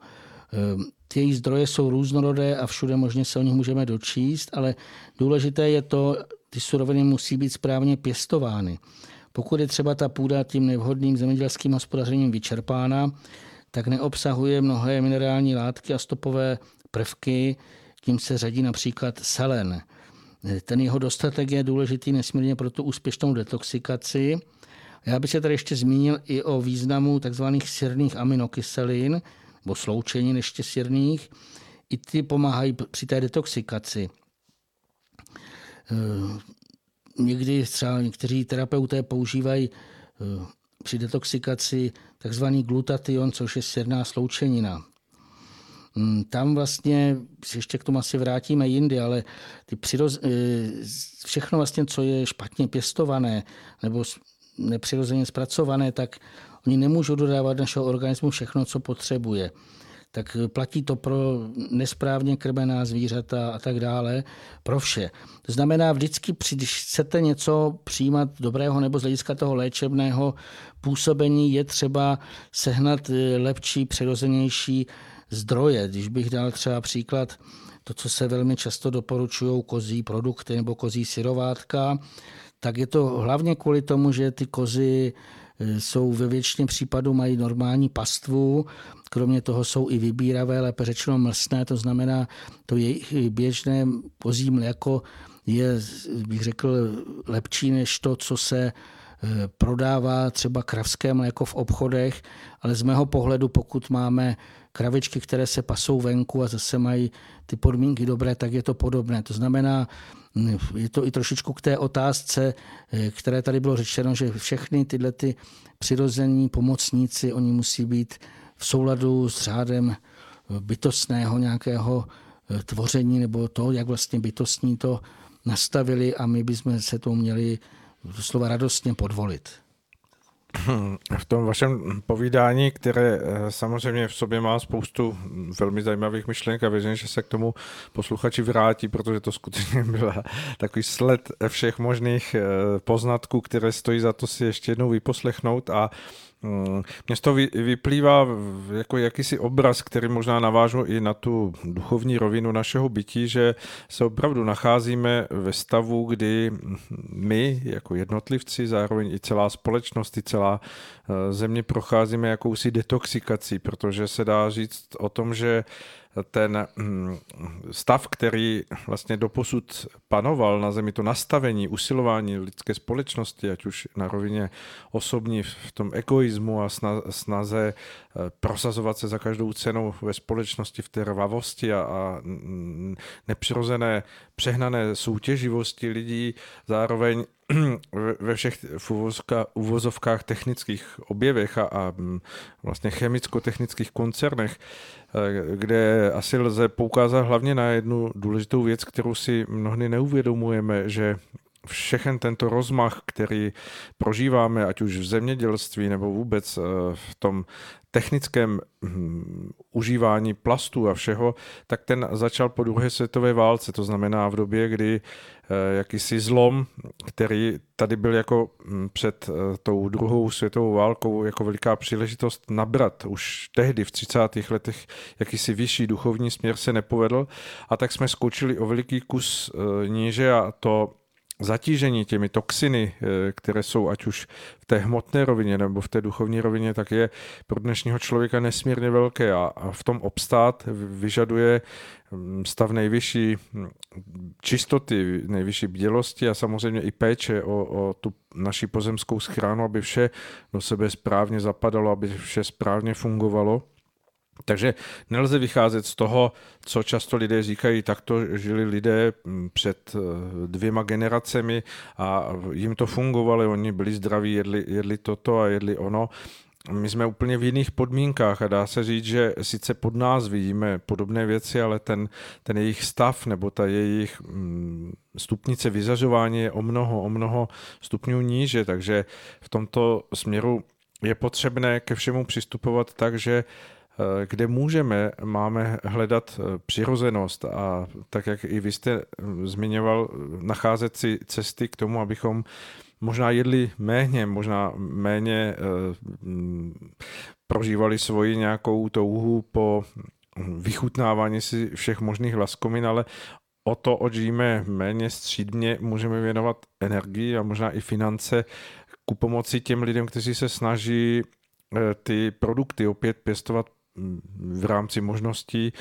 Ty jejich zdroje jsou různorodé a všude možně se o nich můžeme dočíst, ale důležité je to, ty suroviny musí být správně pěstovány. Pokud je třeba ta půda tím nevhodným zemědělským hospodařením vyčerpána, tak neobsahuje mnohé minerální látky a stopové prvky, tím se řadí například selen. Ten jeho dostatek je důležitý nesmírně pro tu úspěšnou detoxikaci. Já bych se tady ještě zmínil i o významu tzv. Sirných aminokyselin, nebo sloučenin ještě sirných. I ty pomáhají při té detoxikaci. Někdy třeba někteří terapeuté používají při detoxikaci takzvaný glutation, což je sirná sloučenina. Tam vlastně, ještě k tomu asi vrátíme jindy, ale všechno vlastně, co je špatně pěstované nebo nepřirozeně zpracované, tak oni nemůžou dodávat našeho organismu všechno, co potřebuje. Tak platí to pro nesprávně krmená zvířata a tak dále, pro vše. To znamená, vždycky, když chcete něco přijímat dobrého nebo z hlediska toho léčebného působení, je třeba sehnat lepší, přirozenější zdroje. Když bych dal třeba příklad, to, co se velmi často doporučují kozí produkty nebo kozí syrovátka, tak je to hlavně kvůli tomu, že ty kozy jsou ve většině případů mají normální pastvu, kromě toho jsou i vybíravé, lépe řečeno mlsné, to znamená, to jejich běžné kozí mléko je, bych řekl, lepší než to, co se prodává třeba kravské mléko v obchodech, ale z mého pohledu, pokud máme kravičky, které se pasou venku a zase mají ty podmínky dobré, tak je to podobné. To znamená, je to i trošičku k té otázce, které tady bylo řečeno, že všechny tyhle ty přirození pomocníci, oni musí být v souladu s řádem bytostného nějakého tvoření nebo to, jak vlastně bytostní to nastavili a my bychom se tomu měli doslova radostně podvolit. V tom vašem povídání, které samozřejmě v sobě má spoustu velmi zajímavých myšlenek a věřím, že se k tomu posluchači vrátí, protože to skutečně byla takový sled všech možných poznatků, které stojí za to si ještě jednou vyposlechnout a mně z toho vyplývá jako jakýsi obraz, který možná navážu i na tu duchovní rovinu našeho bytí, že se opravdu nacházíme ve stavu, kdy my jako jednotlivci, zároveň i celá společnost, i celá země procházíme jakousi detoxikací, protože se dá říct o tom, že ten stav, který vlastně doposud panoval na zemi, to nastavení, usilování lidské společnosti, ať už na rovině osobní v tom egoismu a snaze prosazovat se za každou cenu ve společnosti v té rvavosti a nepřirozené přehnané soutěživosti lidí, zároveň ve všech uvozovkách technických objevech a vlastně chemicko-technických koncernech, kde asi lze poukázat hlavně na jednu důležitou věc, kterou si mnohdy neuvědomujeme, že všechen tento rozmach, který prožíváme, ať už v zemědělství nebo vůbec v tom technickém užívání plastů a všeho, tak ten začal po druhé světové válce. To znamená v době, kdy jakýsi zlom, který tady byl jako před tou druhou světovou válkou jako veliká příležitost nabrat. Už tehdy v 30. letech jakýsi vyšší duchovní směr se nepovedl a tak jsme skočili o veliký kus níže a to zatížení těmi toxiny, které jsou ať už v té hmotné rovině nebo v té duchovní rovině, tak je pro dnešního člověka nesmírně velké a v tom obstát vyžaduje stav nejvyšší čistoty, nejvyšší bdělosti a samozřejmě i péče o tu naši pozemskou schránu, aby vše do sebe správně zapadalo, aby vše správně fungovalo. Takže nelze vycházet z toho, co často lidé říkají, takto žili lidé před 2 generacemi a jim to fungovalo, oni byli zdraví, jedli toto a jedli ono. My jsme úplně v jiných podmínkách a dá se říct, že sice pod nás vidíme podobné věci, ale ten jejich stav nebo ta jejich stupnice vyzařování je o mnoho stupňů níže, takže v tomto směru je potřebné ke všemu přistupovat tak, že kde můžeme, máme hledat přirozenost a tak, jak i vy jste zmiňoval, nacházet si cesty k tomu, abychom možná jedli méně, možná méně prožívali svoji nějakou touhu po vychutnávání si všech možných laskomin, ale o to, odžijeme méně střídmě, můžeme věnovat energii a možná i finance ku pomoci těm lidem, kteří se snaží ty produkty opět pěstovat v rámci možností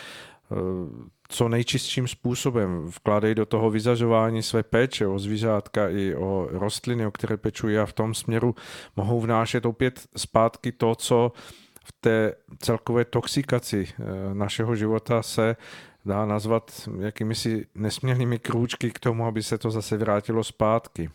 co nejčistším způsobem. Vkládají do toho vyzařování své péče o zvířátka i o rostliny, o které pečují a v tom směru mohou vnášet opět zpátky to, co v té celkové toxikaci našeho života se dá nazvat jakýmisi nesměrnými krůčky k tomu, aby se to zase vrátilo zpátky.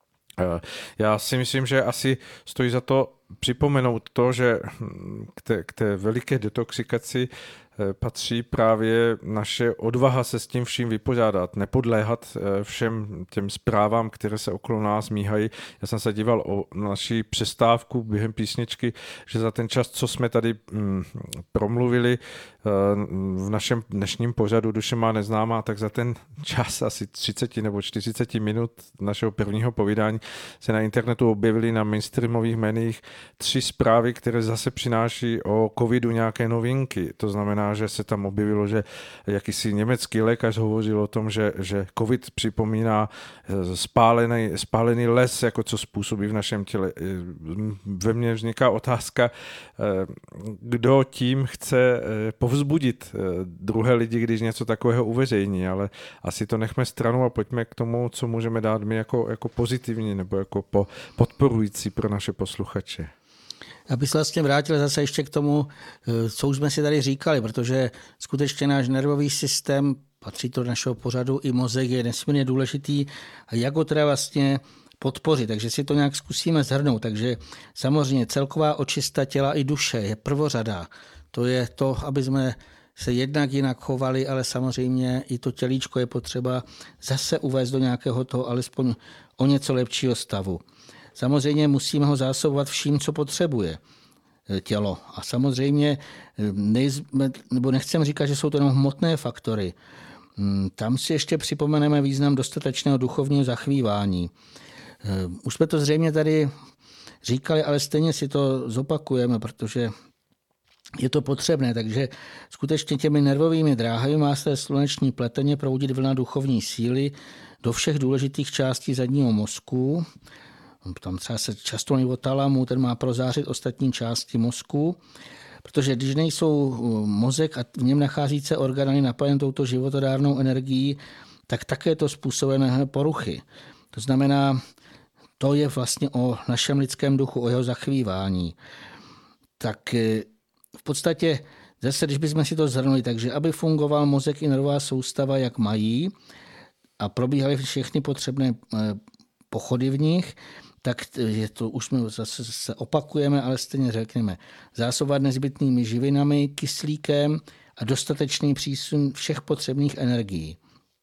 Já si myslím, že asi stojí za to připomenout to, že k té veliké detoxikaci patří právě naše odvaha se s tím vším vypořádat, nepodléhat všem těm zprávám, které se okolo nás míhají. Já jsem se díval o naší přestávku během písničky, že za ten čas, co jsme tady promluvili v našem dnešním pořadu Duše má neznámá, tak za ten čas asi 30 nebo 40 minut našeho prvního povídání se na internetu objevily na mainstreamových médiích 3 zprávy, které zase přináší o covidu nějaké novinky. To znamená, že se tam objevilo, že jakýsi německý lékař hovořil o tom, že covid připomíná spálený les, jako co způsobí v našem těle. Ve mně vzniká otázka, kdo tím chce povzbudit druhé lidi, když něco takového uveřejní, ale asi to nechme stranou a pojďme k tomu, co můžeme dát my jako pozitivní nebo jako podporující pro naše posluchače. Abych se vlastně vrátil zase ještě k tomu, co už jsme si tady říkali, protože skutečně náš nervový systém, patří to do našeho pořadu, i mozek je nesmírně důležitý a jak ho teda vlastně podpořit. Takže si to nějak zkusíme shrnout. Takže samozřejmě celková očista těla i duše je prvořadá. To je to, aby jsme se jednak jinak chovali, ale samozřejmě i to tělíčko je potřeba zase uvést do nějakého toho alespoň o něco lepšího stavu. Samozřejmě musíme ho zásobovat vším, co potřebuje tělo. A samozřejmě nechcem říkat, že jsou to jenom hmotné faktory. Tam si ještě připomeneme význam dostatečného duchovního zachvívání. Už jsme to zřejmě tady říkali, ale stejně si to zopakujeme, protože je to potřebné, takže skutečně těmi nervovými dráhami má se sluneční pleteně proudit vlna duchovní síly do všech důležitých částí zadního mozku. Tam třeba se často mluví o talamu, ten má prozářit ostatní části mozku, protože když nejsou mozek a v něm nacházící orgány napojen touto životodárnou energií, tak také to způsobuje mnohé poruchy. To znamená, to je vlastně o našem lidském duchu, o jeho zachvívání. Tak v podstatě zase, když bychom si to zhrnuli, takže aby fungoval mozek i nervová soustava, jak mají, a probíhaly všechny potřebné pochody v nich, tak je to už zase se opakujeme, ale stejně řekneme. Zásobovat nezbytnými živinami, kyslíkem a dostatečný přísun všech potřebných energií.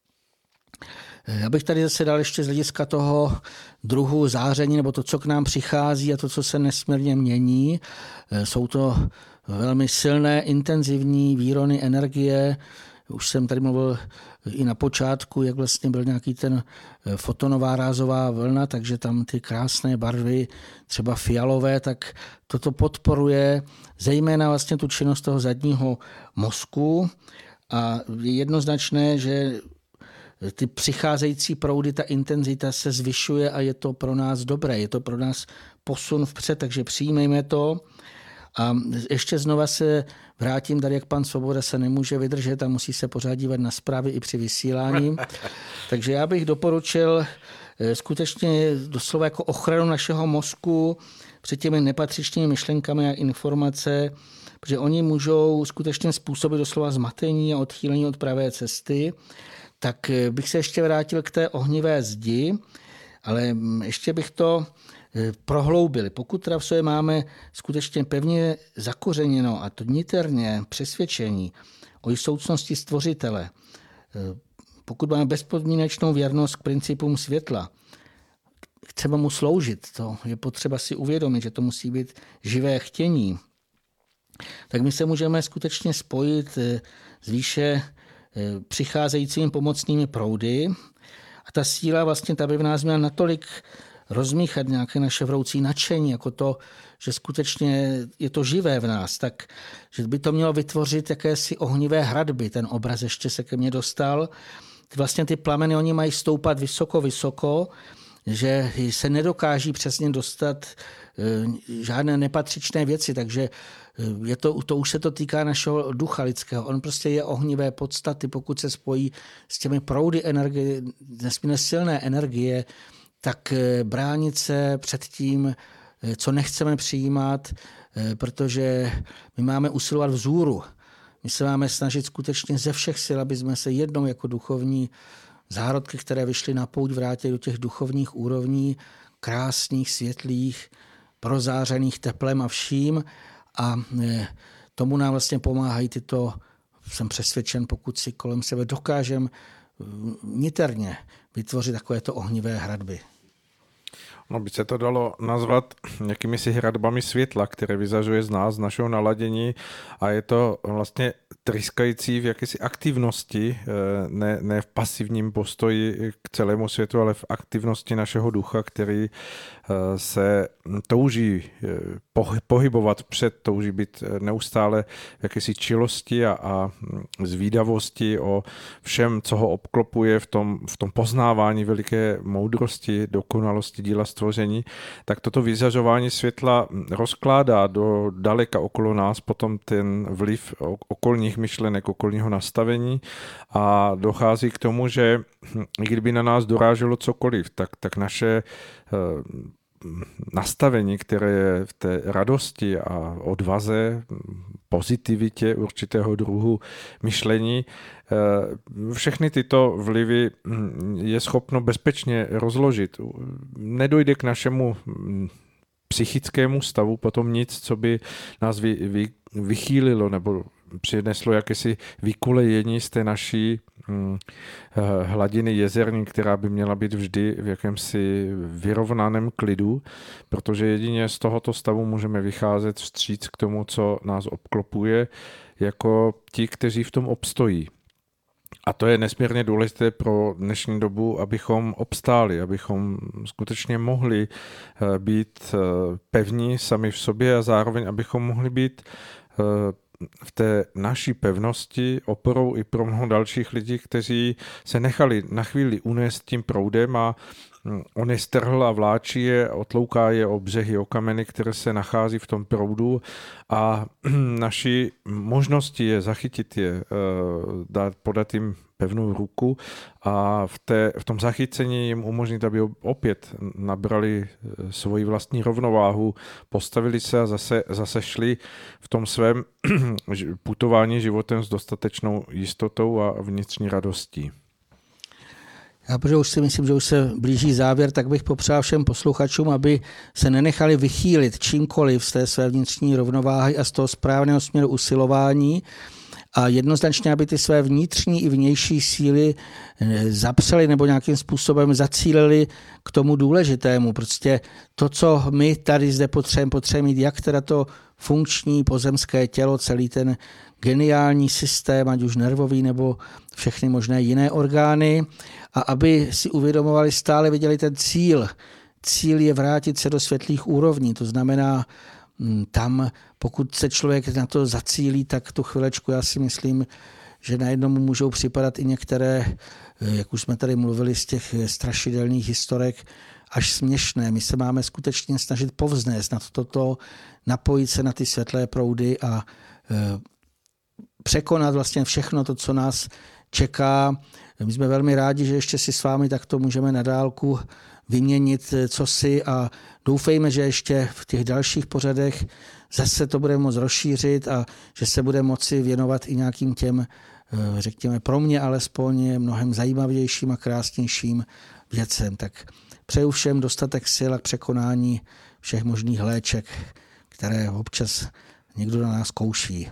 Já bych tady zase dal ještě z hlediska toho druhu záření, nebo to, co k nám přichází a to, co se nesmírně mění. Jsou to velmi silné, intenzivní výrony energie. Už jsem tady mluvil i na počátku, jak vlastně byl nějaký ten fotonová rázová vlna, takže tam ty krásné barvy, třeba fialové, tak toto podporuje zejména vlastně tu činnost toho zadního mozku a je jednoznačné, že ty přicházející proudy, ta intenzita se zvyšuje a je to pro nás dobré, je to pro nás posun vpřed, takže přijmejme to. A ještě znova se vrátím tady, jak pan Svoboda se nemůže vydržet a musí se pořád dívat na zprávy i při vysílání. Takže já bych doporučil skutečně doslova jako ochranu našeho mozku před těmi nepatřičnými myšlenkami a informace, protože oni můžou skutečně způsobit doslova zmatení a odchýlení od pravé cesty. Tak bych se ještě vrátil k té ohnivé zdi, ale ještě bych to prohloubili. Pokud teda v sobě máme skutečně pevně zakořeněno a to niterně přesvědčení o soucnosti stvořitele, pokud máme bezpodmínečnou věrnost k principům světla, chceme mu sloužit, to je potřeba si uvědomit, že to musí být živé chtění, tak my se můžeme skutečně spojit s výše přicházejícími pomocnými proudy a ta síla vlastně ta by v nás měla natolik rozmíchat nějaké naše vroucí nadšení, jako to, že skutečně je to živé v nás, tak že by to mělo vytvořit jakési ohnivé hradby. Ten obraz ještě se ke mně dostal. Vlastně ty plameny, oni mají stoupat vysoko, vysoko, že se nedokáží přesně dostat žádné nepatřičné věci, takže to už se to týká našeho ducha lidského. On prostě je ohnivé podstaty, pokud se spojí s těmi proudy energie, nesmírně silné energie, tak bránit se před tím, co nechceme přijímat, protože my máme usilovat vzůru. My se máme snažit skutečně ze všech sil, aby jsme se jednou jako duchovní zárodky, které vyšly na pouť, vrátili do těch duchovních úrovní, krásných, světlých, prozářených teplem a vším. A tomu nám vlastně pomáhají tyto, jsem přesvědčen, pokud si kolem sebe dokážeme niterně vytvořit takovéto ohnivé hradby. No, by se to dalo nazvat nějakými si hradbami světla, které vyzařuje z nás, z našeho naladění a je to vlastně tryskající v jakési aktivnosti, ne v pasivním postoji k celému světu, ale v aktivnosti našeho ducha, který se touží pohybovat touží být neustále v jakési čilosti a zvídavosti o všem, co ho obklopuje v tom poznávání veliké moudrosti, dokonalosti díla stvoření, tak toto vyzařování světla rozkládá do daleka okolo nás potom ten vliv okolních myšlenek, okolního nastavení a dochází k tomu, že i kdyby na nás doráželo cokoliv, tak naše nastavení, které je v té radosti a odvaze, pozitivitě určitého druhu myšlení, všechny tyto vlivy je schopno bezpečně rozložit. Nedojde k našemu psychickému stavu potom nic, co by nás vychýlilo nebo přineslo jakési vykulejení z té naší hladiny jezerní, která by měla být vždy v jakémsi vyrovnaném klidu, protože jedině z tohoto stavu můžeme vycházet vstříc k tomu, co nás obklopuje, jako ti, kteří v tom obstojí. A to je nesmírně důležité pro dnešní dobu, abychom obstáli, abychom skutečně mohli být pevní sami v sobě a zároveň abychom mohli být v té naší pevnosti oporou i pro mnoho dalších lidí, kteří se nechali na chvíli unést tím proudem a on je strhl a vláčí je, otlouká je o břehy, o kameny, které se nachází v tom proudu a naší možnosti je zachytit je, podat jim pevnou ruku a v tom zachycení jim umožnit, aby opět nabrali svoji vlastní rovnováhu, postavili se a zase šli v tom svém putování životem s dostatečnou jistotou a vnitřní radostí. Já protože už si myslím, že už se blíží závěr, tak bych popřál všem posluchačům, aby se nenechali vychýlit čímkoliv z té své vnitřní rovnováhy a z toho správného směru usilování a jednoznačně, aby ty své vnitřní i vnější síly zapřeli nebo nějakým způsobem zacílili k tomu důležitému. Prostě to, co my tady zde potřebujeme mít, jak teda to funkční pozemské tělo, celý ten geniální systém, ať už nervový nebo všechny možné jiné orgány, a aby si uvědomovali, stále viděli ten cíl. Cíl je vrátit se do světlých úrovní, to znamená tam, pokud se člověk na to zacílí, tak tu chvilečku já si myslím, že najednou mu můžou připadat i některé, jak už jsme tady mluvili z těch strašidelných historek, až směšné. My se máme skutečně snažit povznést nad toto, napojit se na ty světlé proudy a překonat vlastně všechno to, co nás čeká. My jsme velmi rádi, že ještě si s vámi takto můžeme na dálku vyměnit cosi a doufejme, že ještě v těch dalších pořadech zase to budeme moct rozšířit a že se bude moci věnovat i nějakým těm, řekněme pro mě alespoň mnohem zajímavějším a krásnějším věcem. Tak přeju všem dostatek sil a překonání všech možných léček, které občas někdo na nás kouší.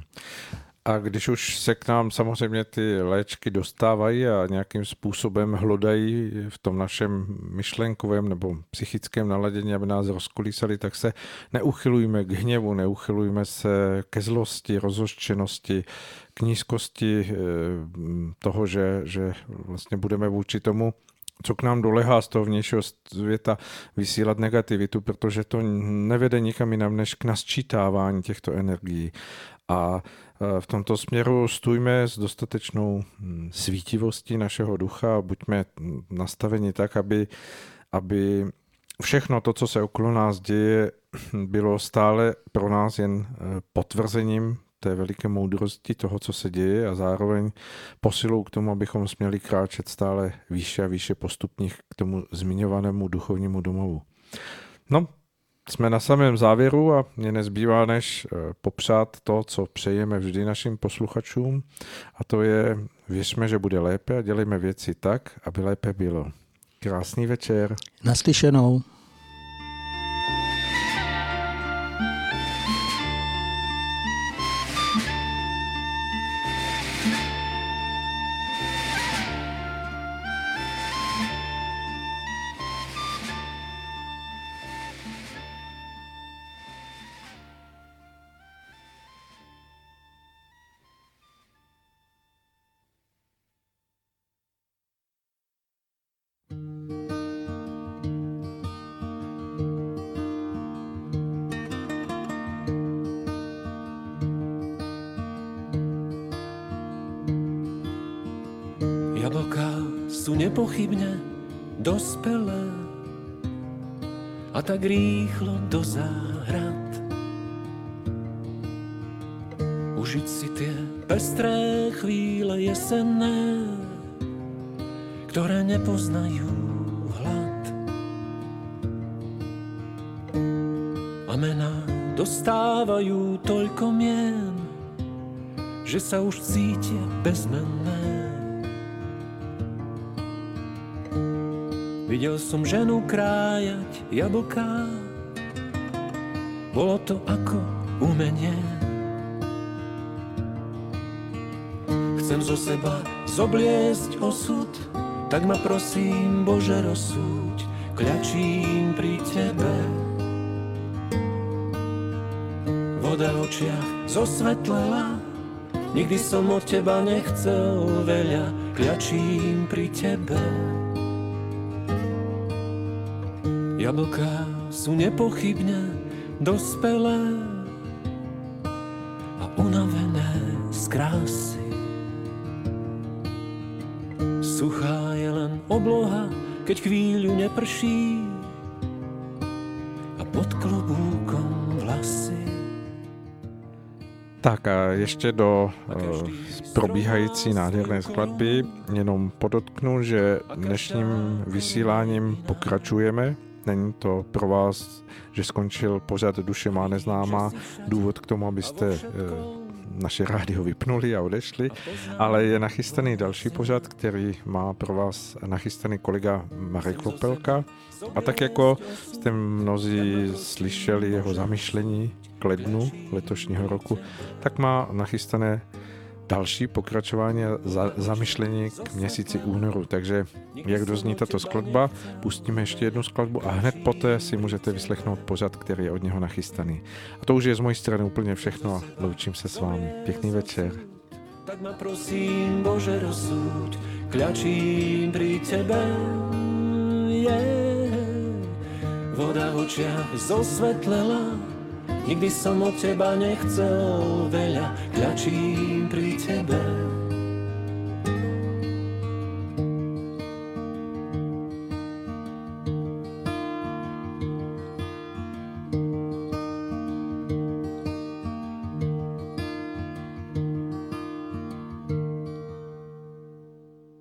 A když už se k nám samozřejmě ty léčky dostávají a nějakým způsobem hlodají v tom našem myšlenkovém nebo psychickém naladění, aby nás rozkolísali, tak se neuchylujme k hněvu, neuchylujme se ke zlosti, rozhořčenosti, k nízkosti toho, že vlastně budeme vůči tomu, co k nám dolehá z toho vnějšího světa, vysílat negativitu, protože to nevede nikam jinam než k nasčítávání těchto energií. A v tomto směru stůjme s dostatečnou svítivostí našeho ducha a buďme nastaveni tak, aby všechno to, co se okolo nás děje, bylo stále pro nás jen potvrzením té veliké moudrosti toho, co se děje a zároveň posilou k tomu, abychom směli kráčet stále výše a výše postupně k tomu zmiňovanému duchovnímu domovu. No, jsme na samém závěru a mě nezbývá, než popřát to, co přejeme vždy našim posluchačům, a to je, věřme, že bude lépe a dělejme věci tak, aby lépe bylo. Krásný večer. Naslyšenou. Jablká sú nepochybne dospelé a tak rýchlo do záhrad. Užiť si tie pestré chvíle jesenné, ktoré nepoznajú hlad. a mená dostávajú toľko mien, že sa už cítia bezmenné. Videl som ženu krájať jablká, bolo to ako umenie. Chcem zo seba zobliesť osud, tak ma prosím, Bože, rozsúď, kľačím pri Tebe. Voda v očiach zosvetlela, nikdy som od Teba nechcel veľa, kľačím pri Tebe. Jablká sú nepochybne dospelé a unavené z krásy. Suchá je len obloha, keď chvíľu neprší a pod klobúkom vlasy. Tak a ještě do probíhající nádherné skladby jenom podotknu, že dnešním vysíláním pokračujeme. Není to pro vás, že skončil pořad Duše má neznámá, důvod k tomu, abyste naše rádio vypnuli a odešli, ale je nachystaný další pořad, který má pro vás nachystaný kolega Marek Lopelka. A tak jako jste mnozí slyšeli jeho zamyšlení k lednu letošního roku, tak má nachystané další pokračování a zamyšlení k měsíci únoru. Takže jak dozní tato skladba, pustíme ještě jednu skladbu a hned poté si můžete vyslechnout pořad, který je od něho nachystaný. A to už je z mojej strany úplně všechno a loučím se s vámi. Pěkný večer. Tak ma prosím, Bože, rozsúď, kľačím pri Tebe. Voda v očiach zosvetlela, nikdy som od Teba nechcel veľa, kľačím pri Tebe.